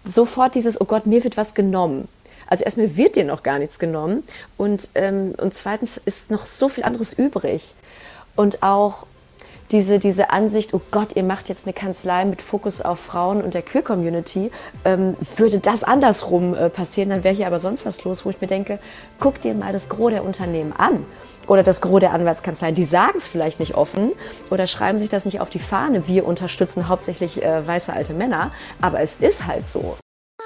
sofort dieses, oh Gott, mir wird was genommen. Also erstmal wird dir noch gar nichts genommen und zweitens ist noch so viel anderes übrig. Und auch diese Ansicht, oh Gott, ihr macht jetzt eine Kanzlei mit Fokus auf Frauen und der Queer-Community, würde das andersrum passieren, dann wäre hier aber sonst was los, wo ich mir denke, guck dir mal das Gros der Unternehmen an oder das Gros der Anwaltskanzleien. Die sagen es vielleicht nicht offen oder schreiben sich das nicht auf die Fahne, wir unterstützen hauptsächlich weiße alte Männer, aber es ist halt so.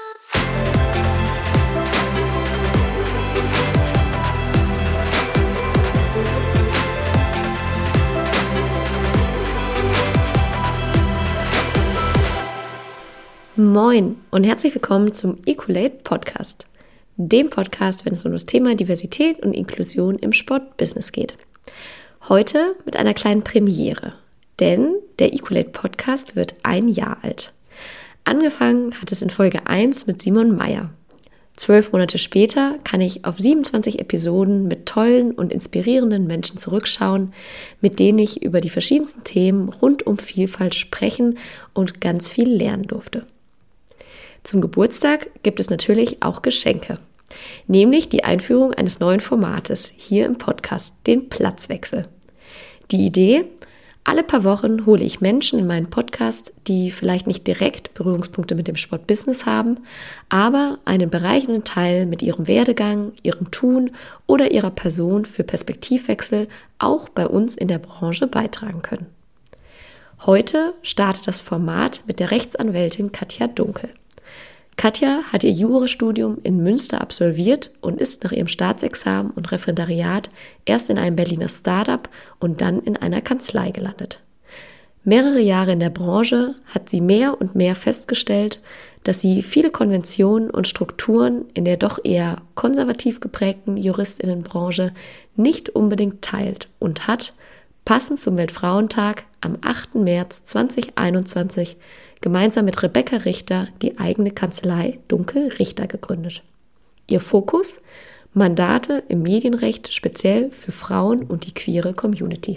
Moin und herzlich willkommen zum Equalate Podcast, dem Podcast, wenn es um das Thema Diversität und Inklusion im Sportbusiness geht. Heute mit einer kleinen Premiere, denn der Equalate Podcast wird 1 Jahr alt. Angefangen hat es in Folge 1 mit Simon Meyer. 12 Monate später kann ich auf 27 Episoden mit tollen und inspirierenden Menschen zurückschauen, mit denen ich über die verschiedensten Themen rund um Vielfalt sprechen und ganz viel lernen durfte. Zum Geburtstag gibt es natürlich auch Geschenke, nämlich die Einführung eines neuen Formates hier im Podcast, den Platzwechsel. Die Idee: alle paar Wochen hole ich Menschen in meinen Podcast, die vielleicht nicht direkt Berührungspunkte mit dem Sportbusiness haben, aber einen bereichernden Teil mit ihrem Werdegang, ihrem Tun oder ihrer Person für Perspektivwechsel auch bei uns in der Branche beitragen können. Heute startet das Format mit der Rechtsanwältin Katja Dunkel. Katja hat ihr Jurastudium in Münster absolviert und ist nach ihrem Staatsexamen und Referendariat erst in einem Berliner Startup und dann in einer Kanzlei gelandet. Mehrere Jahre in der Branche hat sie mehr und mehr festgestellt, dass sie viele Konventionen und Strukturen in der doch eher konservativ geprägten JuristInnenbranche nicht unbedingt teilt und hat, passend zum Weltfrauentag am 8. März 2021, gemeinsam mit Rebecca Richter die eigene Kanzlei Dunkel Richter gegründet. Ihr Fokus: Mandate im Medienrecht speziell für Frauen und die queere Community.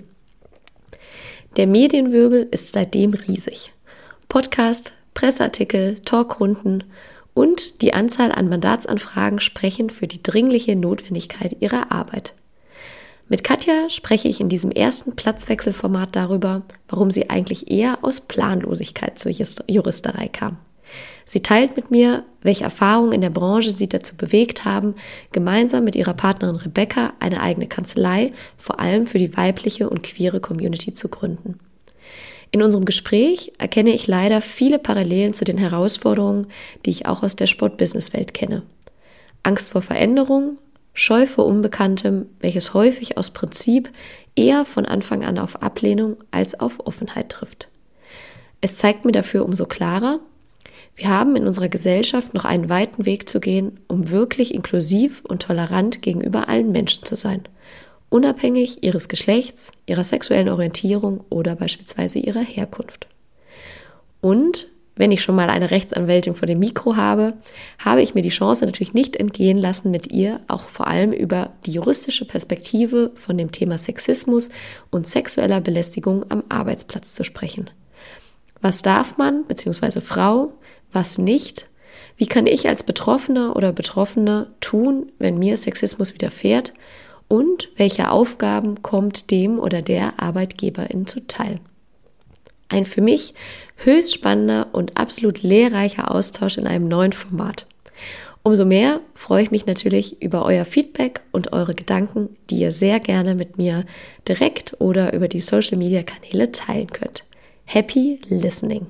Der Medienwirbel ist seitdem riesig. Podcast, Presseartikel, Talkrunden und die Anzahl an Mandatsanfragen sprechen für die dringliche Notwendigkeit ihrer Arbeit. Mit Katja spreche ich in diesem ersten Platzwechselformat darüber, warum sie eigentlich eher aus Planlosigkeit zur Juristerei kam. Sie teilt mit mir, welche Erfahrungen in der Branche sie dazu bewegt haben, gemeinsam mit ihrer Partnerin Rebecca eine eigene Kanzlei, vor allem für die weibliche und queere Community, zu gründen. In unserem Gespräch erkenne ich leider viele Parallelen zu den Herausforderungen, die ich auch aus der Sportbusinesswelt kenne. Angst vor Veränderung, Scheu vor Unbekanntem, welches häufig aus Prinzip eher von Anfang an auf Ablehnung als auf Offenheit trifft. Es zeigt mir dafür umso klarer: Wir haben in unserer Gesellschaft noch einen weiten Weg zu gehen, um wirklich inklusiv und tolerant gegenüber allen Menschen zu sein, unabhängig ihres Geschlechts, ihrer sexuellen Orientierung oder beispielsweise ihrer Herkunft. Und wenn ich schon mal eine Rechtsanwältin vor dem Mikro habe, habe ich mir die Chance natürlich nicht entgehen lassen, mit ihr auch vor allem über die juristische Perspektive von dem Thema Sexismus und sexueller Belästigung am Arbeitsplatz zu sprechen. Was darf man bzw. Frau, was nicht? Wie kann ich als Betroffener oder Betroffene tun, wenn mir Sexismus widerfährt? Und welche Aufgaben kommt dem oder der Arbeitgeberin zuteil? Ein für mich höchst spannender und absolut lehrreicher Austausch in einem neuen Format. Umso mehr freue ich mich natürlich über euer Feedback und eure Gedanken, die ihr sehr gerne mit mir direkt oder über die Social-Media-Kanäle teilen könnt. Happy listening!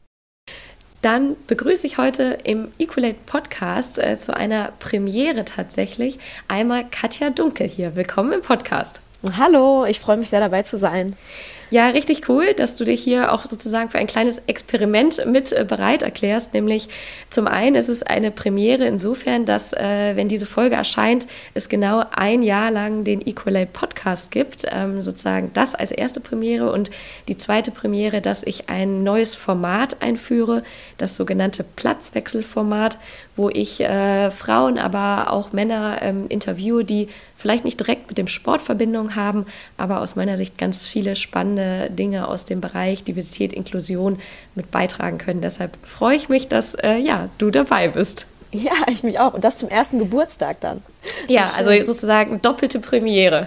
Dann begrüße ich heute im Equalate Podcast zu einer Premiere tatsächlich einmal Katja Dunkel hier. Willkommen im Podcast. Hallo, ich freue mich sehr, dabei zu sein. Ja, richtig cool, dass du dich hier auch sozusagen für ein kleines Experiment mit bereit erklärst. Nämlich zum einen ist es eine Premiere insofern, dass, wenn diese Folge erscheint, es genau 1 Jahr lang den Equalate Podcast gibt. Sozusagen das als erste Premiere und die zweite Premiere, dass ich ein neues Format einführe, das sogenannte Platzwechselformat, wo ich Frauen, aber auch Männer interviewe, die vielleicht nicht direkt mit dem Sport Verbindung haben, aber aus meiner Sicht ganz viele spannende spannende Dinge aus dem Bereich Diversität, Inklusion mit beitragen können. Deshalb freue ich mich, dass du dabei bist. Ja, ich mich auch. Und das zum ersten Geburtstag dann. Ja, also sozusagen doppelte Premiere.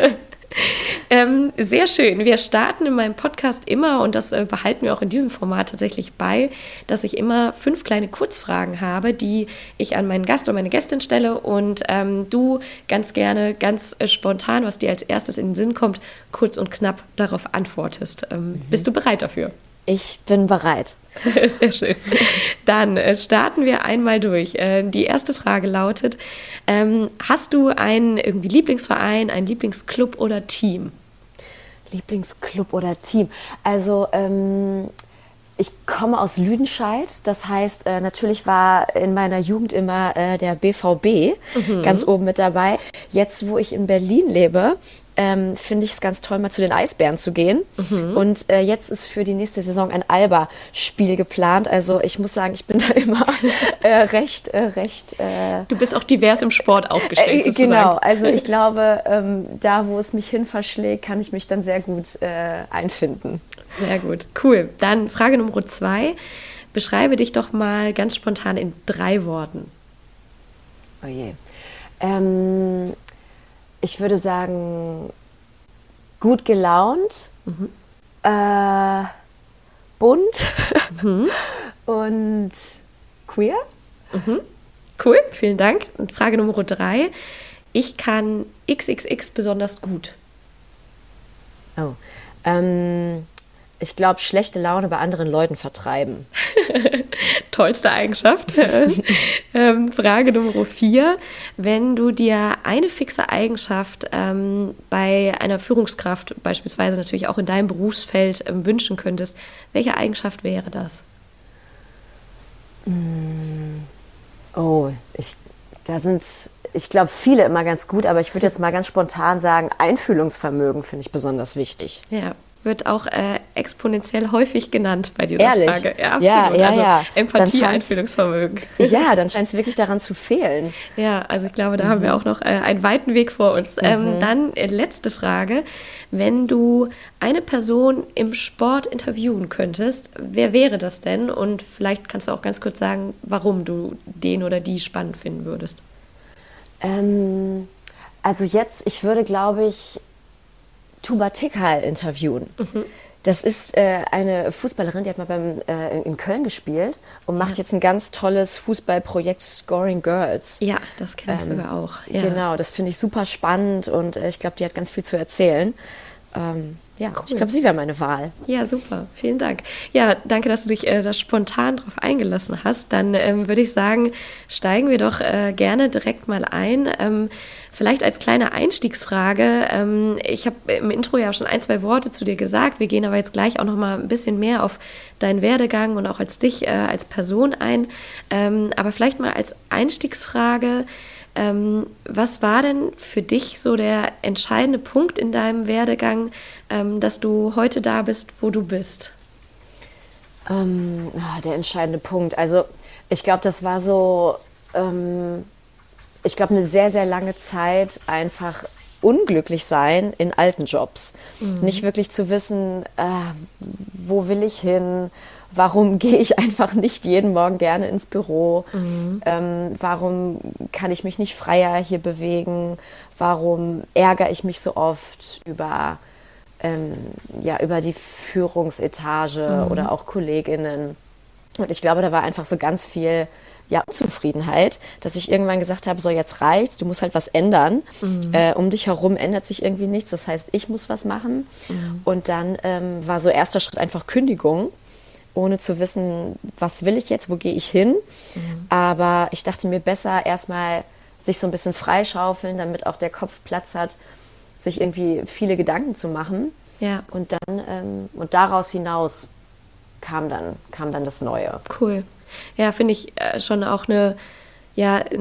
Sehr schön. Wir starten in meinem Podcast immer, und das behalten wir auch in diesem Format tatsächlich bei, dass ich immer 5 kleine Kurzfragen habe, die ich an meinen Gast oder meine Gästin stelle, und du ganz gerne, ganz spontan, was dir als erstes in den Sinn kommt, kurz und knapp darauf antwortest. Bist du bereit dafür? Ich bin bereit. Sehr schön. Dann starten wir einmal durch. Die erste Frage lautet, hast du einen irgendwie Lieblingsverein, einen Lieblingsclub oder Team? Lieblingsclub oder Team? Also ich komme aus Lüdenscheid. Das heißt, natürlich war in meiner Jugend immer der BVB ganz oben mit dabei. Jetzt, wo ich in Berlin lebe, finde ich es ganz toll, mal zu den Eisbären zu gehen. Und jetzt ist für die nächste Saison ein Alba-Spiel geplant. Also ich muss sagen, ich bin da immer recht... Du bist auch divers im Sport aufgestellt, sozusagen. Genau, also ich glaube, da, wo es mich hin verschlägt, kann ich mich dann sehr gut einfinden. Sehr gut, cool. Dann Frage Nummer 2. Beschreibe dich doch mal ganz spontan in 3 Worten. Oh je. Ich würde sagen, gut gelaunt, bunt und queer. Cool, vielen Dank. Und Frage Nummer 3. Ich kann XXX besonders gut. Oh, ich glaube, schlechte Laune bei anderen Leuten vertreiben. Tollste Eigenschaft. Frage Nummer 4. Wenn du dir eine fixe Eigenschaft bei einer Führungskraft, beispielsweise natürlich auch in deinem Berufsfeld, wünschen könntest, welche Eigenschaft wäre das? Ich glaube, viele immer ganz gut, aber ich würde jetzt mal ganz spontan sagen, Einfühlungsvermögen finde ich besonders wichtig. Ja, wird auch exponentiell häufig genannt bei dieser Ehrlich? Frage. Ja, absolut. Ja. Empathie, Einfühlungsvermögen. Ja, dann scheint es wirklich daran zu fehlen. Ja, also ich glaube, da haben wir auch noch einen weiten Weg vor uns. Dann letzte Frage. Wenn du eine Person im Sport interviewen könntest, wer wäre das denn? Und vielleicht kannst du auch ganz kurz sagen, warum du den oder die spannend finden würdest. Also jetzt, ich würde, glaube ich, Tuba Tekal interviewen. Das ist eine Fußballerin, die hat mal in Köln gespielt und macht jetzt ein ganz tolles Fußballprojekt Scoring Girls. Ja, das kenne ich sogar auch. Ja. Genau, das finde ich super spannend und ich glaube, die hat ganz viel zu erzählen. Cool. Ich glaube, sie wäre meine Wahl. Ja, super. Vielen Dank. Ja, danke, dass du dich da spontan drauf eingelassen hast. Dann würde ich sagen, steigen wir doch gerne direkt mal ein. Vielleicht als kleine Einstiegsfrage. Ich habe im Intro ja schon 1, 2 Worte zu dir gesagt. Wir gehen aber jetzt gleich auch noch mal ein bisschen mehr auf deinen Werdegang und auch als dich als Person ein. Aber vielleicht mal als Einstiegsfrage, was war denn für dich so der entscheidende Punkt in deinem Werdegang, dass du heute da bist, wo du bist? Der entscheidende Punkt. Also ich glaube, das war so, eine sehr, sehr lange Zeit einfach unglücklich sein in alten Jobs. Nicht wirklich zu wissen, wo will ich hin? Warum gehe ich einfach nicht jeden Morgen gerne ins Büro? Warum kann ich mich nicht freier hier bewegen? Warum ärgere ich mich so oft über die Führungsetage oder auch KollegInnen? Und ich glaube, da war einfach so ganz viel Unzufriedenheit, dass ich irgendwann gesagt habe, so jetzt reicht's, du musst halt was ändern. Um dich herum ändert sich irgendwie nichts, das heißt, ich muss was machen. Und dann war so erster Schritt einfach Kündigung, ohne zu wissen, was will ich jetzt, wo gehe ich hin. Aber ich dachte mir, besser erstmal sich so ein bisschen freischaufeln, damit auch der Kopf Platz hat, sich irgendwie viele Gedanken zu machen. Ja. Und dann und daraus hinaus kam dann das Neue. Cool. Ja, finde ich schon auch eine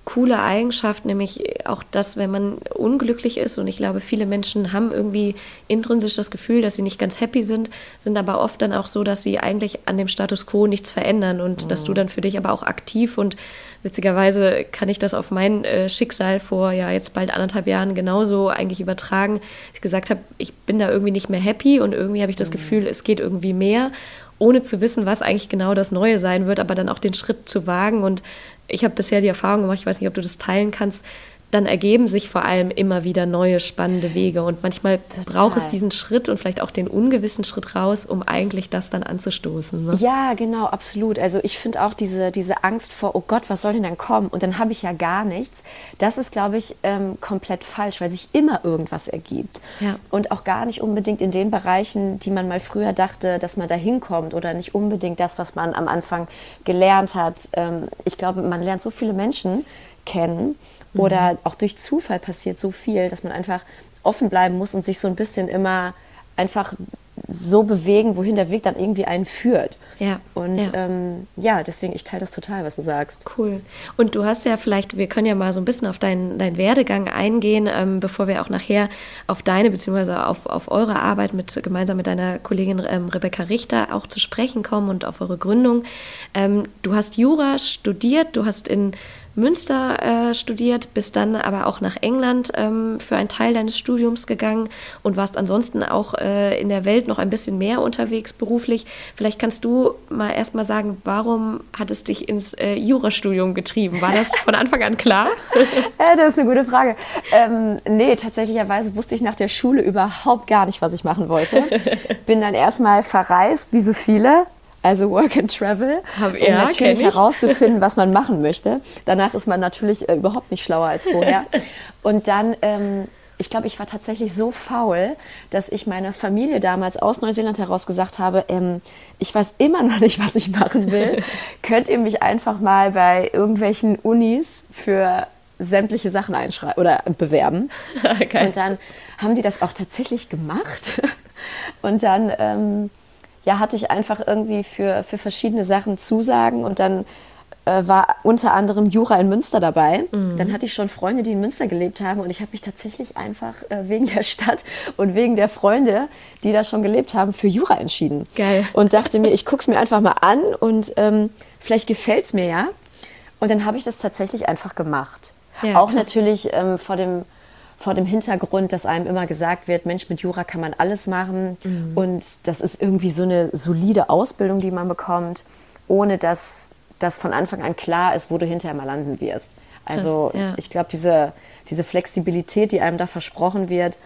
coole Eigenschaft, nämlich auch das, wenn man unglücklich ist, und ich glaube, viele Menschen haben irgendwie intrinsisch das Gefühl, dass sie nicht ganz happy sind aber oft dann auch so, dass sie eigentlich an dem Status quo nichts verändern und dass du dann für dich aber auch aktiv, und witzigerweise kann ich das auf mein Schicksal vor jetzt bald 1,5 Jahren genauso eigentlich übertragen. Ich gesagt habe, ich bin da irgendwie nicht mehr happy und irgendwie habe ich das Gefühl, es geht irgendwie mehr, ohne zu wissen, was eigentlich genau das Neue sein wird, aber dann auch den Schritt zu wagen. Und ich habe bisher die Erfahrung gemacht, ich weiß nicht, ob du das teilen kannst, dann ergeben sich vor allem immer wieder neue, spannende Wege. Und manchmal braucht es diesen Schritt und vielleicht auch den ungewissen Schritt raus, um eigentlich das dann anzustoßen. Ne? Ja, genau, absolut. Also ich finde auch diese Angst vor, oh Gott, was soll denn dann kommen? Und dann habe ich ja gar nichts. Das ist, glaube ich, komplett falsch, weil sich immer irgendwas ergibt. Ja. Und auch gar nicht unbedingt in den Bereichen, die man mal früher dachte, dass man da hinkommt, oder nicht unbedingt das, was man am Anfang gelernt hat. Ich glaube, man lernt so viele Menschen kennen, oder auch durch Zufall passiert so viel, dass man einfach offen bleiben muss und sich so ein bisschen immer einfach so bewegen, wohin der Weg dann irgendwie einen führt. Ja. Und deswegen, ich teile das total, was du sagst. Cool. Und du hast ja vielleicht, wir können ja mal so ein bisschen auf deinen Werdegang eingehen, bevor wir auch nachher auf deine beziehungsweise auf eure Arbeit gemeinsam mit deiner Kollegin Rebecca Richter auch zu sprechen kommen und auf eure Gründung. Du hast Jura studiert, du hast in Münster studiert, bist dann aber auch nach England für einen Teil deines Studiums gegangen und warst ansonsten auch in der Welt noch ein bisschen mehr unterwegs beruflich. Vielleicht kannst du mal erst mal sagen, warum hat es dich ins Jurastudium getrieben? War das von Anfang an klar? Das ist eine gute Frage. Nee, tatsächlicherweise wusste ich nach der Schule überhaupt gar nicht, was ich machen wollte. Bin dann erstmal verreist, wie so viele. Also Work and Travel, um natürlich herauszufinden, was man machen möchte. Danach ist man natürlich überhaupt nicht schlauer als vorher. Und dann, ich glaube, ich war tatsächlich so faul, dass ich meiner Familie damals aus Neuseeland heraus gesagt habe, ich weiß immer noch nicht, was ich machen will. Könnt ihr mich einfach mal bei irgendwelchen Unis für sämtliche Sachen einschreiben oder bewerben? Okay. Und dann haben die das auch tatsächlich gemacht. Und dann hatte ich einfach irgendwie für verschiedene Sachen Zusagen, und dann war unter anderem Jura in Münster dabei. Dann hatte ich schon Freunde, die in Münster gelebt haben, und ich habe mich tatsächlich einfach wegen der Stadt und wegen der Freunde, die da schon gelebt haben, für Jura entschieden. Geil. Und dachte mir, ich gucke es mir einfach mal an und vielleicht gefällt es mir ja. Und dann habe ich das tatsächlich einfach gemacht. Ja, auch krass. Natürlich vor dem Hintergrund, dass einem immer gesagt wird, Mensch, mit Jura kann man alles machen. Und das ist irgendwie so eine solide Ausbildung, die man bekommt, ohne dass das von Anfang an klar ist, wo du hinterher mal landen wirst. Also ich glaube, diese Flexibilität, die einem da versprochen wird,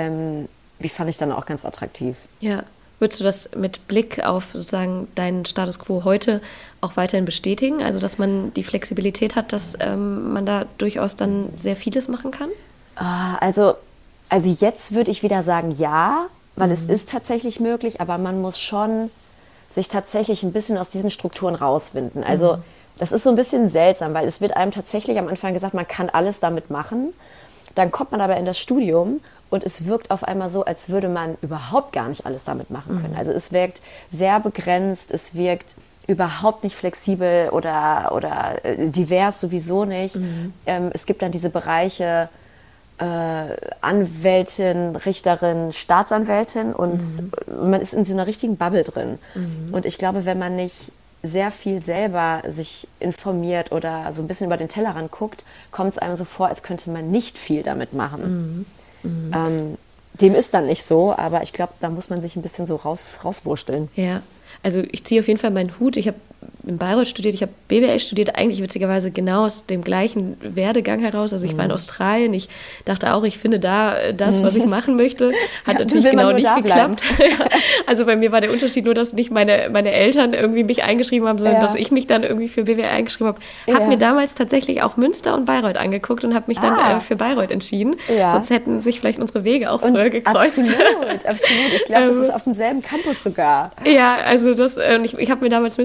die fand ich dann auch ganz attraktiv. Ja. Würdest du das mit Blick auf sozusagen deinen Status quo heute auch weiterhin bestätigen? Also, dass man die Flexibilität hat, dass man da durchaus dann sehr vieles machen kann? Also jetzt würde ich wieder sagen, ja, weil es ist tatsächlich möglich, aber man muss schon sich tatsächlich ein bisschen aus diesen Strukturen rauswinden. Also das ist so ein bisschen seltsam, weil es wird einem tatsächlich am Anfang gesagt, man kann alles damit machen. Dann kommt man aber in das Studium und es wirkt auf einmal so, als würde man überhaupt gar nicht alles damit machen können. Also es wirkt sehr begrenzt, es wirkt überhaupt nicht flexibel oder divers sowieso nicht. Es gibt dann diese Bereiche Anwältin, Richterin, Staatsanwältin und man ist in so einer richtigen Bubble drin. Und ich glaube, wenn man nicht sehr viel selber sich informiert oder so ein bisschen über den Tellerrand guckt, kommt es einem so vor, als könnte man nicht viel damit machen. Dem ist dann nicht so, aber ich glaube, da muss man sich ein bisschen so rauswurschteln. Ja, also ich ziehe auf jeden Fall meinen Hut. Ich habe in Bayreuth studiert, ich habe BWL studiert, eigentlich witzigerweise genau aus dem gleichen Werdegang heraus. Also ich war in Australien, ich dachte auch, ich finde da das, was ich machen möchte. Hat natürlich genau nicht geklappt. Also bei mir war der Unterschied nur, dass nicht meine Eltern irgendwie mich eingeschrieben haben, sondern dass ich mich dann irgendwie für BWL eingeschrieben habe. Habe mir damals tatsächlich auch Münster und Bayreuth angeguckt und habe mich dann für Bayreuth entschieden. Sonst hätten sich vielleicht unsere Wege auch gekreuzt. Absolut. Ich glaube, das ist auf demselben Campus sogar. Ja, also das, ich habe mir damals Münster auch angeschaut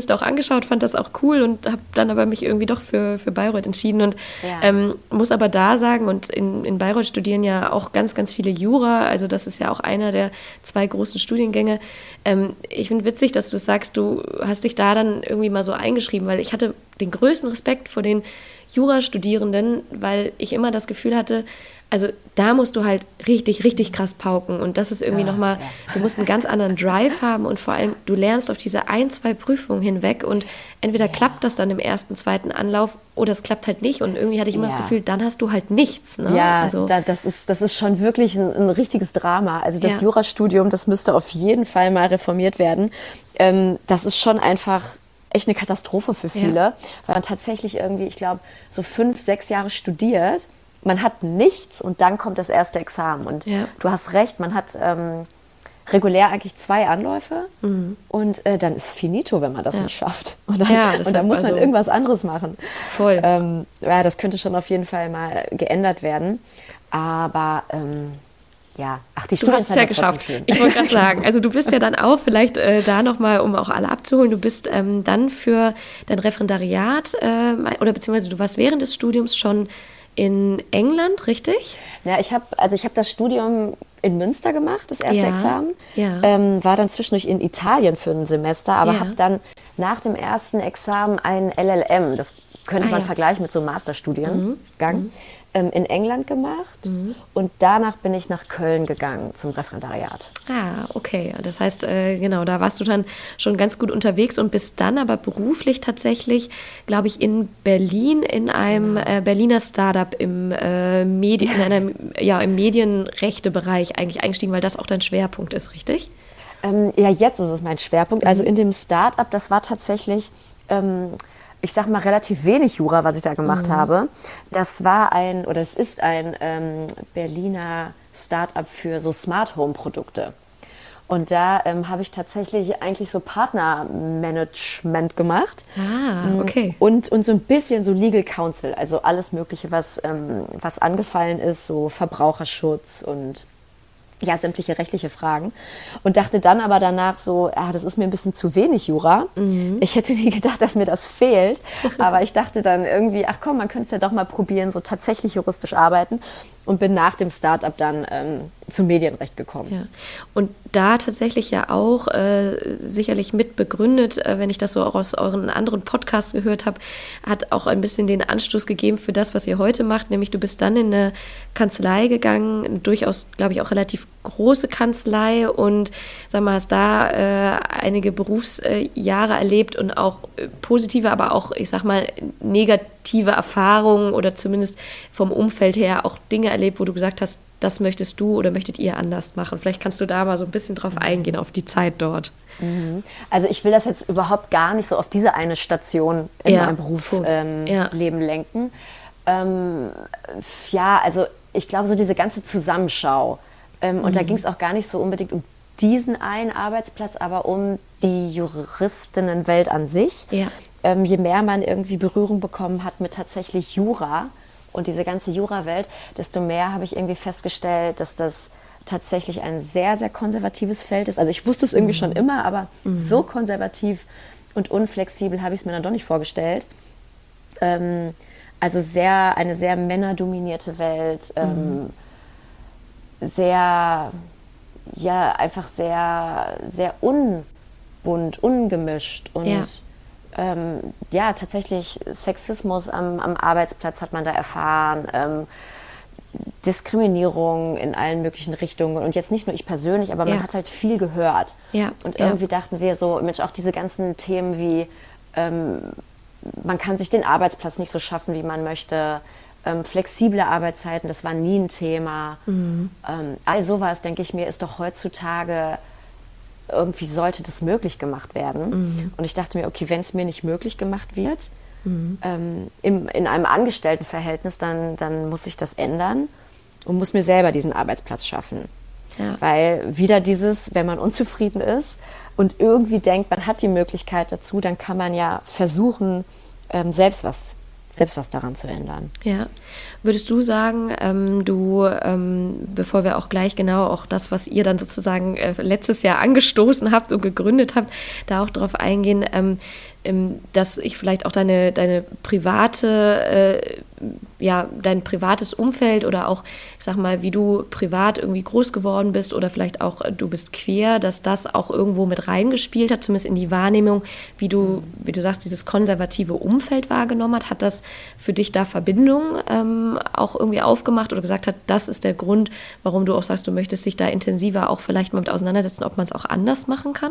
angeschaut, fand das auch cool und habe dann aber mich irgendwie doch für Bayreuth entschieden und muss aber da sagen, und in Bayreuth studieren ja auch ganz, ganz viele Jura, also das ist ja auch einer der 2 großen Studiengänge. Ich finde witzig, dass du das sagst, du hast dich da dann irgendwie mal so eingeschrieben, weil ich hatte den größten Respekt vor den Jurastudierenden, weil ich immer das Gefühl hatte, also da musst du halt richtig, richtig krass pauken und das ist irgendwie nochmal, du musst einen ganz anderen Drive haben und vor allem, du lernst auf diese 1, 2 Prüfungen hinweg und entweder klappt das dann im ersten, zweiten Anlauf oder es klappt halt nicht und irgendwie hatte ich immer das Gefühl, dann hast du halt nichts. Ne? Ja, also, das ist schon wirklich ein richtiges Drama. Also das Jurastudium, das müsste auf jeden Fall mal reformiert werden. Das ist schon einfach echt eine Katastrophe für viele, weil man tatsächlich irgendwie, ich glaube, so 5, 6 Jahre studiert. Man hat nichts und dann kommt das erste Examen. Und du hast recht, man hat regulär eigentlich 2 Anläufe und dann ist finito, wenn man das nicht schafft. Und dann muss man irgendwas anderes machen. Voll. Das könnte schon auf jeden Fall mal geändert werden. Aber die du hast es ja geschafft. Schön. Ich wollte gerade sagen, also du bist ja dann auch, vielleicht da nochmal, um auch alle abzuholen, du bist dann für dein Referendariat oder beziehungsweise du warst während des Studiums schon in England, richtig? Ja, ich habe das Studium in Münster gemacht, das erste Examen. Ja. War dann zwischendurch in Italien für ein Semester, aber habe dann nach dem ersten Examen ein LLM, das könnte man vergleichen mit so einem Masterstudiengang, in England gemacht und danach bin ich nach Köln gegangen zum Referendariat. Ah, okay. Das heißt, genau, da warst du dann schon ganz gut unterwegs und bist dann aber beruflich tatsächlich, glaube ich, in Berlin in einem Berliner Startup im Medienrechtebereich eigentlich eingestiegen, weil das auch dein Schwerpunkt ist, richtig? Jetzt ist es mein Schwerpunkt. Also in dem Startup, das war tatsächlich ich sag mal, relativ wenig Jura, was ich da gemacht habe. Das ist ein Berliner Start-up für so Smart Home Produkte. Und da habe ich tatsächlich eigentlich so Partnermanagement gemacht. Ah, okay. Und so ein bisschen so Legal Counsel, also alles Mögliche, was angefallen ist, so Verbraucherschutz und sämtliche rechtliche Fragen. Und dachte dann aber danach so, das ist mir ein bisschen zu wenig Jura. Ich hätte nie gedacht, dass mir das fehlt. Aber ich dachte dann irgendwie, ach komm, man könnte es ja doch mal probieren, so tatsächlich juristisch arbeiten. Und bin nach dem Start-up dann zum Medienrecht gekommen. Ja. Und da tatsächlich ja auch sicherlich mit begründet, wenn ich das so auch aus euren anderen Podcasts gehört habe, hat auch ein bisschen den Anstoß gegeben für das, was ihr heute macht. Nämlich du bist dann in eine Kanzlei gegangen, durchaus, glaube ich, auch relativ große Kanzlei und sag mal, hast da einige Berufsjahre erlebt und auch positive, aber auch, ich sag mal, negative Erfahrungen oder zumindest vom Umfeld her auch Dinge erlebt, wo du gesagt hast, das möchtest du oder möchtet ihr anders machen? Vielleicht kannst du da mal so ein bisschen drauf eingehen, auf die Zeit dort. Also ich will das jetzt überhaupt gar nicht so auf diese eine Station in meinem Berufsleben lenken. Also ich glaube, so diese ganze Zusammenschau. Und da ging es auch gar nicht so unbedingt um diesen einen Arbeitsplatz, aber um die Juristinnenwelt an sich. Ja. Je mehr man irgendwie Berührung bekommen hat mit tatsächlich Jura und diese ganze Jura-Welt, desto mehr habe ich irgendwie festgestellt, dass das tatsächlich ein sehr, sehr konservatives Feld ist. Also ich wusste es irgendwie schon immer, aber so konservativ und unflexibel habe ich es mir dann doch nicht vorgestellt. Also eine sehr männerdominierte Welt, einfach sehr, sehr unbunt, ungemischt und tatsächlich Sexismus am Arbeitsplatz hat man da erfahren, Diskriminierung in allen möglichen Richtungen und jetzt nicht nur ich persönlich, aber man hat halt viel gehört. Ja. Und irgendwie dachten wir so, Mensch, auch diese ganzen Themen wie man kann sich den Arbeitsplatz nicht so schaffen, wie man möchte, flexible Arbeitszeiten, das war nie ein Thema. All sowas, denke ich mir, ist doch heutzutage irgendwie sollte das möglich gemacht werden. Und ich dachte mir, okay, wenn es mir nicht möglich gemacht wird, in einem Angestelltenverhältnis, dann muss ich das ändern und muss mir selber diesen Arbeitsplatz schaffen. Ja. Weil wieder wenn man unzufrieden ist und irgendwie denkt, man hat die Möglichkeit dazu, dann kann man ja versuchen, selbst was daran zu ändern. Ja. Würdest du sagen, bevor wir auch gleich genau auch das, was ihr dann sozusagen letztes Jahr angestoßen habt und gegründet habt, da auch drauf eingehen, dass ich vielleicht auch deine private, dein privates Umfeld oder auch, ich sag mal, wie du privat irgendwie groß geworden bist oder vielleicht auch du bist queer, dass das auch irgendwo mit reingespielt hat, zumindest in die Wahrnehmung, wie du sagst, dieses konservative Umfeld wahrgenommen hat. Hat das für dich da Verbindungen auch irgendwie aufgemacht oder gesagt hat, das ist der Grund, warum du auch sagst, du möchtest dich da intensiver auch vielleicht mal mit auseinandersetzen, ob man es auch anders machen kann?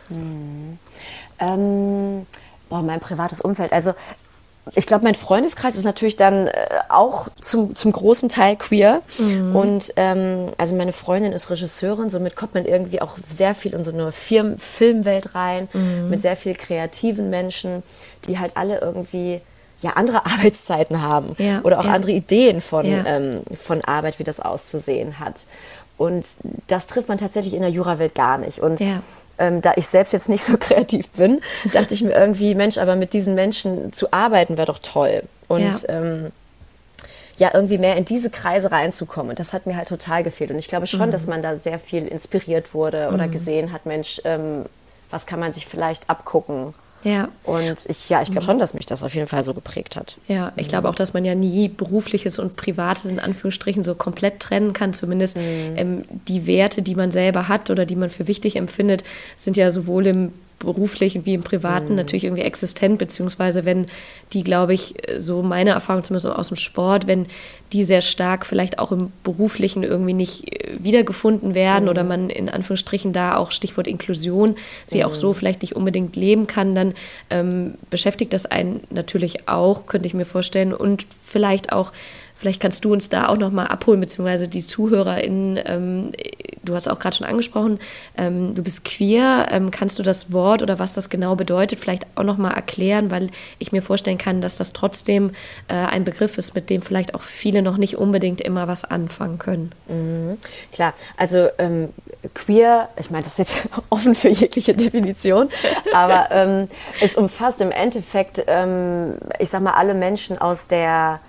Mein privates Umfeld. Also ich glaube, mein Freundeskreis ist natürlich dann auch zum großen Teil queer. Und also meine Freundin ist Regisseurin, somit kommt man irgendwie auch sehr viel in so eine Filmwelt rein, mit sehr viel kreativen Menschen, die halt alle irgendwie andere Arbeitszeiten haben oder auch andere Ideen von Arbeit, wie das auszusehen hat. Und das trifft man tatsächlich in der Jura-Welt gar nicht. Und da ich selbst jetzt nicht so kreativ bin, dachte ich mir irgendwie, Mensch, aber mit diesen Menschen zu arbeiten wäre doch toll. Und irgendwie mehr in diese Kreise reinzukommen. Und das hat mir halt total gefehlt. Und ich glaube schon, dass man da sehr viel inspiriert wurde oder gesehen hat, Mensch, was kann man sich vielleicht abgucken? Ja. Und ich glaube schon, dass mich das auf jeden Fall so geprägt hat. Ja, ich glaube auch, dass man ja nie Berufliches und Privates in Anführungsstrichen so komplett trennen kann. Zumindest die Werte, die man selber hat oder die man für wichtig empfindet, sind ja sowohl im Beruflichen wie im Privaten natürlich irgendwie existent, beziehungsweise wenn die, glaube ich, so meine Erfahrung zumindest aus dem Sport, wenn die sehr stark vielleicht auch im Beruflichen irgendwie nicht wiedergefunden werden oder man in Anführungsstrichen da auch Stichwort Inklusion sie auch so vielleicht nicht unbedingt leben kann, dann beschäftigt das einen natürlich auch, könnte ich mir vorstellen, und vielleicht kannst du uns da auch nochmal abholen, beziehungsweise die ZuhörerInnen, du hast auch gerade schon angesprochen, du bist queer, kannst du das Wort oder was das genau bedeutet, vielleicht auch nochmal erklären, weil ich mir vorstellen kann, dass das trotzdem ein Begriff ist, mit dem vielleicht auch viele noch nicht unbedingt immer was anfangen können. Klar, also queer, ich meine, das ist jetzt offen für jegliche Definition, aber es umfasst im Endeffekt, ich sag mal, alle Menschen aus der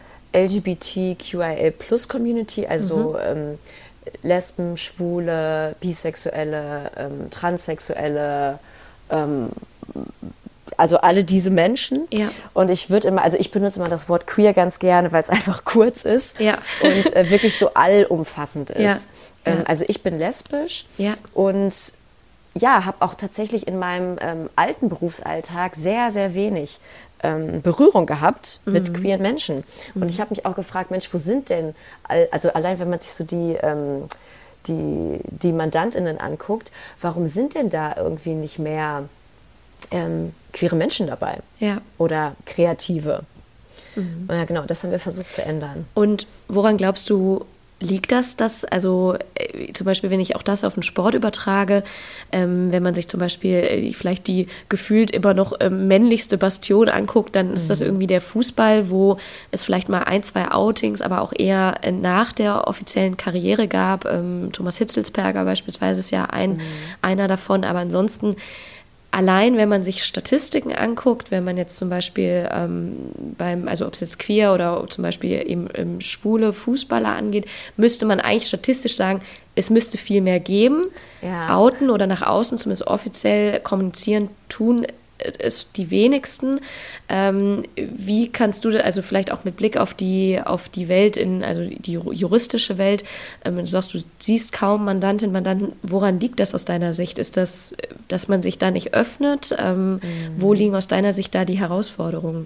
LGBTQIA+-Community, also Lesben, Schwule, Bisexuelle, Transsexuelle, also alle diese Menschen. Ja. Und ich benutze immer das Wort queer ganz gerne, weil es einfach kurz ist und wirklich so allumfassend ist. Also ich bin lesbisch und habe auch tatsächlich in meinem alten Berufsalltag sehr, sehr wenig Berührung gehabt mit queeren Menschen. Und ich habe mich auch gefragt, Mensch, wo sind denn, also allein wenn man sich so die MandantInnen anguckt, warum sind denn da irgendwie nicht mehr queere Menschen dabei? Ja. Oder Kreative? Und ja, genau, das haben wir versucht zu ändern. Und woran glaubst du, liegt das, also zum Beispiel, wenn ich auch das auf den Sport übertrage, wenn man sich zum Beispiel vielleicht die gefühlt immer noch männlichste Bastion anguckt, dann ist das irgendwie der Fußball, wo es vielleicht mal 1, 2 Outings, aber auch eher nach der offiziellen Karriere gab. Thomas Hitzelsperger beispielsweise ist ja einer davon, aber ansonsten allein, wenn man sich Statistiken anguckt, wenn man jetzt zum Beispiel also ob es jetzt queer oder zum Beispiel eben schwule Fußballer angeht, müsste man eigentlich statistisch sagen, es müsste viel mehr geben. Ja. Outen oder nach außen, zumindest offiziell kommunizieren, tun es die wenigsten. Wie kannst du, also vielleicht auch mit Blick auf die Welt, also die juristische Welt, du sagst, du siehst kaum Mandanten, woran liegt das aus deiner Sicht? Ist das, dass man sich da nicht öffnet? Wo liegen aus deiner Sicht da die Herausforderungen?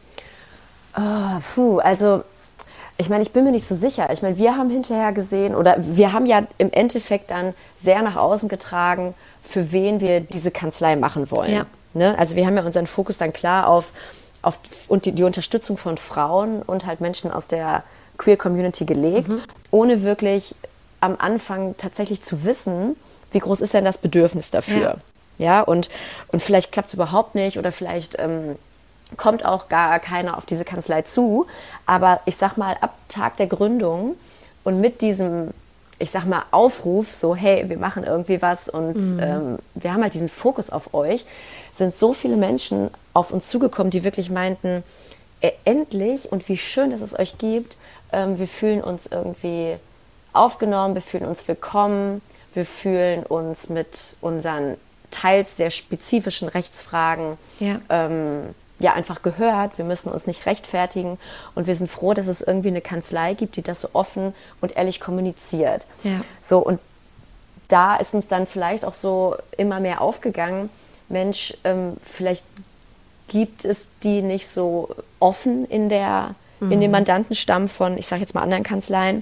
Also ich meine, ich bin mir nicht so sicher. Ich meine, wir haben hinterher gesehen, oder wir haben ja im Endeffekt dann sehr nach außen getragen, für wen wir diese Kanzlei machen wollen. Ja. Ne? Also wir haben ja unseren Fokus dann klar auf und die Unterstützung von Frauen und halt Menschen aus der Queer-Community gelegt, ohne wirklich am Anfang tatsächlich zu wissen, wie groß ist denn das Bedürfnis dafür. Ja, und vielleicht klappt es überhaupt nicht oder vielleicht kommt auch gar keiner auf diese Kanzlei zu. Aber ich sag mal, ab Tag der Gründung und mit diesem, ich sag mal, Aufruf, so hey, wir machen irgendwie was und wir haben halt diesen Fokus auf euch, sind so viele Menschen auf uns zugekommen, die wirklich meinten, endlich und wie schön, dass es euch gibt. Wir fühlen uns irgendwie aufgenommen, wir fühlen uns willkommen, wir fühlen uns mit unseren teils sehr spezifischen Rechtsfragen einfach gehört. Wir müssen uns nicht rechtfertigen und wir sind froh, dass es irgendwie eine Kanzlei gibt, die das so offen und ehrlich kommuniziert. Ja. So, und da ist uns dann vielleicht auch so immer mehr aufgegangen, Mensch, vielleicht gibt es die nicht so offen in dem Mandantenstamm von, ich sage jetzt mal, anderen Kanzleien.